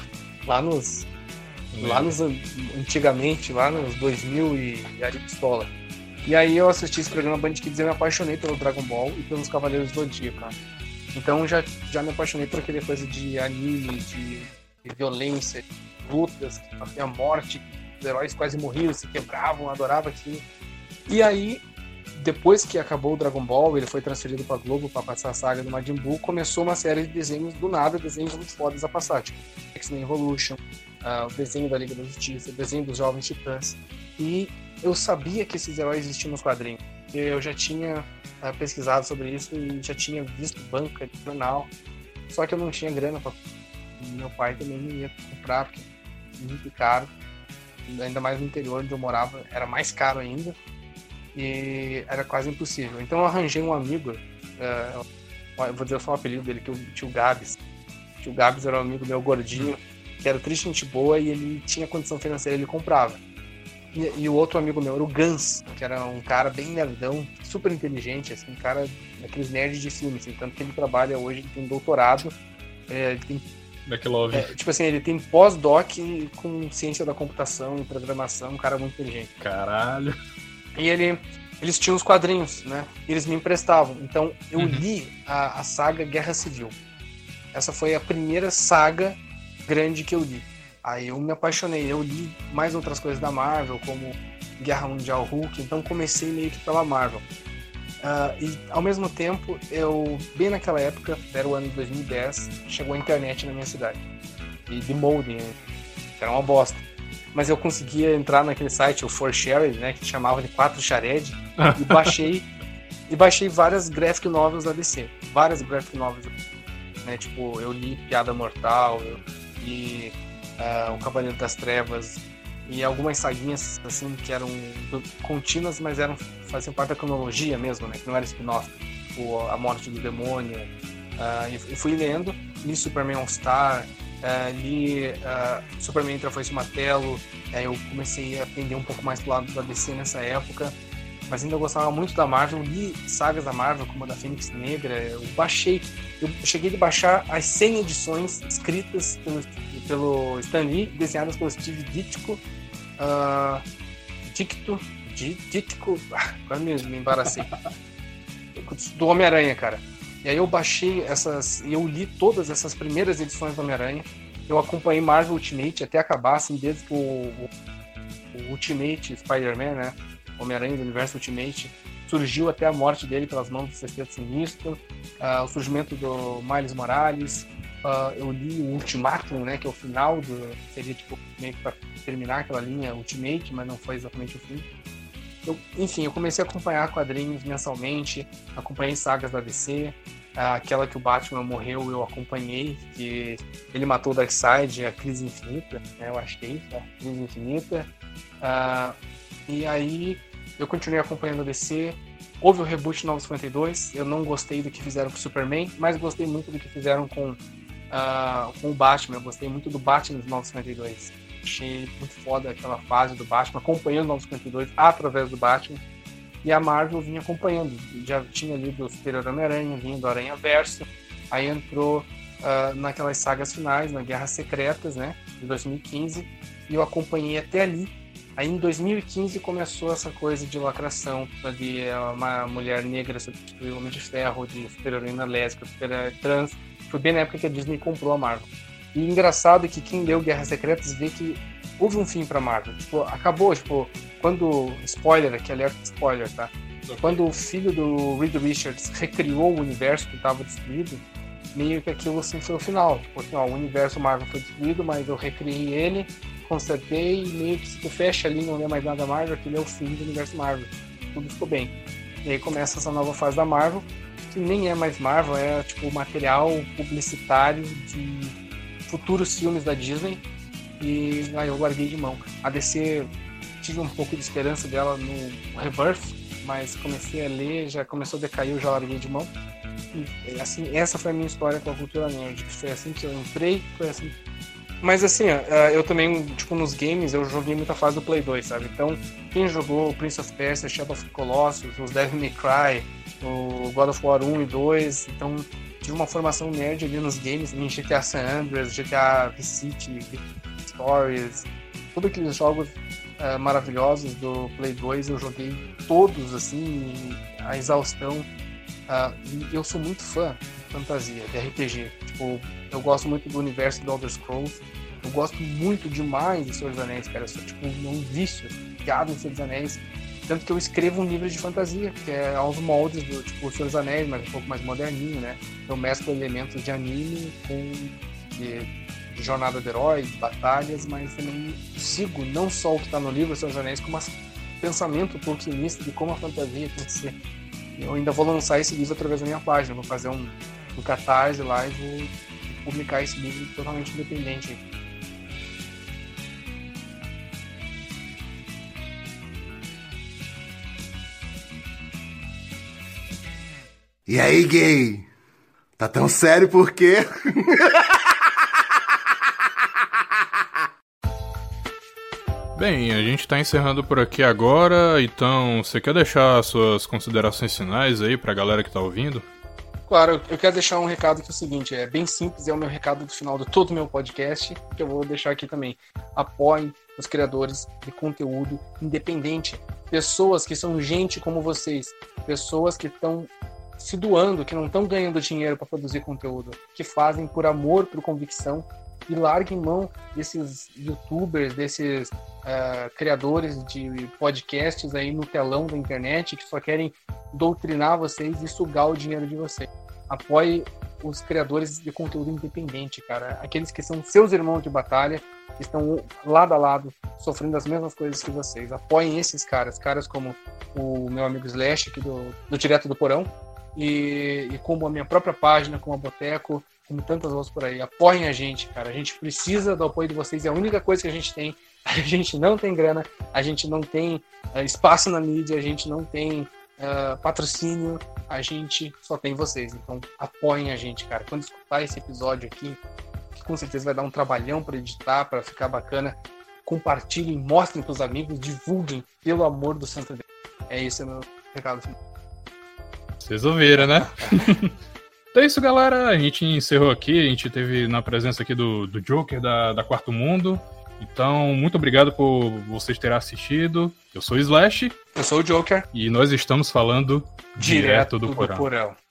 Antigamente, lá nos 2000 e Ari Pistola. E aí eu assisti esse programa Band Kids e me apaixonei pelo Dragon Ball e pelos Cavaleiros do Zodíaco, cara. Então já me apaixonei por aquela coisa de anime, de violência, de lutas, até a morte, os heróis quase morriam, se quebravam, adorava aquilo. E aí, depois que acabou o Dragon Ball, ele foi transferido pra Globo para passar a saga do Majin Buu, começou uma série de desenhos do nada, desenhos muito fodas a passar, tipo X-Men Evolution, o desenho da Liga da Justiça, o desenho dos Jovens Titãs. E eu sabia que esses heróis existiam nos quadrinhos. Eu já tinha pesquisado sobre isso e já tinha visto banca de jornal, só que eu não tinha grana para. Meu pai também não ia comprar, porque é muito caro, ainda mais no interior onde eu morava, era mais caro ainda e era quase impossível. Então eu arranjei um amigo, eu vou dizer só o apelido dele, que é o tio Gabs. O tio Gabs era um amigo meu gordinho, que era triste, gente boa, e ele tinha condição financeira, ele comprava. E o outro amigo meu era o Gans, que era um cara bem nerdão, super inteligente, assim, um cara daqueles nerds de filme, assim, tanto que ele trabalha hoje, ele tem doutorado, ele tem, tipo assim, ele tem pós-doc com ciência da computação e programação, um cara muito inteligente. Caralho. E eles tinham os quadrinhos, né? E eles me emprestavam. Então eu li a saga Guerra Civil. Essa foi a primeira saga grande que eu li. Aí eu me apaixonei, eu li mais outras coisas da Marvel, como Guerra Mundial Hulk, então comecei meio que pela Marvel. E ao mesmo tempo, bem naquela época, era o ano de 2010, chegou a internet na minha cidade. E de modem, que era uma bosta. Mas eu conseguia entrar naquele site, o 4Share, né, que chamava de 4Shared, e baixei várias graphic novels da DC. Várias graphic novels. Né, tipo, eu li Piada Mortal, eu li O Cavaleiro das Trevas e algumas saguinhas assim que eram contínuas, mas faziam parte da cronologia mesmo, né? Que não era spin-off, tipo A Morte do Demônio. E fui lendo, li Superman All-Star, li Superman Entre a Foice e o Martelo. Eu comecei a aprender um pouco mais do lado da DC nessa época, mas ainda gostava muito da Marvel. Li sagas da Marvel, como a da Fênix Negra. Eu cheguei a baixar as 100 edições escritas pelo Stan Lee, desenhadas pelo Steve Ditko. Agora me embaracei. Do Homem-Aranha, cara. E aí eu baixei e eu li todas essas primeiras edições do Homem-Aranha. Eu acompanhei Marvel Ultimate até acabar, assim, desde que o Ultimate Spider-Man, né? Homem-Aranha do Universo Ultimate, surgiu até a morte dele pelas mãos do Sexteto Sinistro, o surgimento do Miles Morales. Eu li o Ultimatum, né, que é o final seria tipo meio que para terminar aquela linha Ultimate, mas não foi exatamente o fim. Enfim, eu comecei a acompanhar quadrinhos mensalmente, acompanhei sagas da DC, aquela que o Batman morreu eu acompanhei, que ele matou o Darkseid, a Crise Infinita, né, eu acho que é isso, a Crise Infinita. E aí eu continuei acompanhando a DC. Houve o reboot 952, eu não gostei do que fizeram com o Superman, mas gostei muito do que fizeram com o Batman. Eu gostei muito do Batman dos 952. Achei muito foda aquela fase do Batman, acompanhando o 952 através do Batman. E a Marvel vinha acompanhando. Já tinha lido o Superior Homem-Aranha, vinha do Aranha Verso. Aí entrou naquelas sagas finais, na Guerras Secretas, né, de 2015. e eu acompanhei até ali. Aí em 2015 começou essa coisa de lacração, de uma mulher negra substituir o Homem de Ferro, de super-heroína lésbica, super trans. Foi bem na época que a Disney comprou a Marvel. E engraçado é que quem leu Guerras Secretas vê que houve um fim pra Marvel. Tipo, acabou, tipo, quando... Spoiler aqui, alerta spoiler, tá? Quando o filho do Reed Richards recriou o universo que estava destruído, meio que aquilo assim foi o final. Tipo assim, ó, o universo Marvel foi destruído, mas eu recriei ele, consertei, e meio que se tu fecha ali e não lê mais nada Marvel, aquele é o fim do universo Marvel. Tudo ficou bem. E aí começa essa nova fase da Marvel, que nem é mais Marvel, é tipo material publicitário de futuros filmes da Disney. E aí eu larguei de mão. A DC, tive um pouco de esperança dela no Rebirth, mas comecei a ler, já começou a decair, eu já larguei de mão. E assim, essa foi a minha história com a cultura nerd. Foi assim que eu entrei, foi assim. Mas assim, eu também, tipo, nos games, eu joguei muita fase do Play 2, sabe? Então, quem jogou Prince of Persia, Shadow of the Colossus, os Devil May Cry, o God of War 1 e 2, então tive uma formação nerd ali nos games, em GTA San Andreas, GTA Vice City, Stories, todos aqueles jogos maravilhosos do Play 2, eu joguei todos, assim, a exaustão. E eu sou muito fã de fantasia, de RPG. Tipo, eu gosto muito do universo do Elder Scrolls. Eu gosto muito demais de Senhor dos Anéis, cara. Eu sou tipo um vício, ligado em Senhor dos Anéis. Tanto que eu escrevo um livro de fantasia, que é aos moldes do tipo Senhor dos Anéis, mas um pouco mais moderninho, né? Eu mesclo elementos de anime com de jornada do herói, batalhas, mas também sigo não só o que está no livro Senhor dos Anéis, como o pensamento tolkienista de como a fantasia tem que ser. Eu ainda vou lançar esse livro através da minha página, vou fazer um catarse lá e vou publicar esse livro totalmente independente. E aí, gay? Tá tão sério por quê? Bem, a gente tá encerrando por aqui agora, então você quer deixar suas considerações finais aí pra galera que tá ouvindo? Claro, eu quero deixar um recado que é o seguinte, é bem simples, é o meu recado do final de todo o meu podcast, que eu vou deixar aqui também. Apoiem os criadores de conteúdo independente, pessoas que são gente como vocês, pessoas que estão se doando, que não estão ganhando dinheiro para produzir conteúdo, que fazem por amor, por convicção, e larguem mão desses youtubers, desses criadores de podcasts aí no telão da internet que só querem doutrinar vocês e sugar o dinheiro de vocês. Apoie os criadores de conteúdo independente, cara. Aqueles que são seus irmãos de batalha, que estão lado a lado, sofrendo as mesmas coisas que vocês. Apoiem esses caras como o meu amigo Slash aqui do Direto do Porão, e como a minha própria página, como a Boteco, como tantas outras por aí. Apoiem a gente, cara. A gente precisa do apoio de vocês. É a única coisa que a gente tem. A gente não tem grana, a gente não tem espaço na mídia, a gente não tem patrocínio, a gente só tem vocês. Então, apoiem a gente, cara. Quando escutar esse episódio aqui, que com certeza vai dar um trabalhão para editar, para ficar bacana, compartilhem, mostrem pros amigos, divulguem, pelo amor do santo Deus. É isso, meu recado final. Vocês ouviram, né? Então é isso, galera. A gente encerrou aqui. A gente teve na presença aqui do Joker da Quarto Mundo. Então, muito obrigado por vocês terem assistido. Eu sou o Slash. Eu sou o Joker. E nós estamos falando direto do Porão.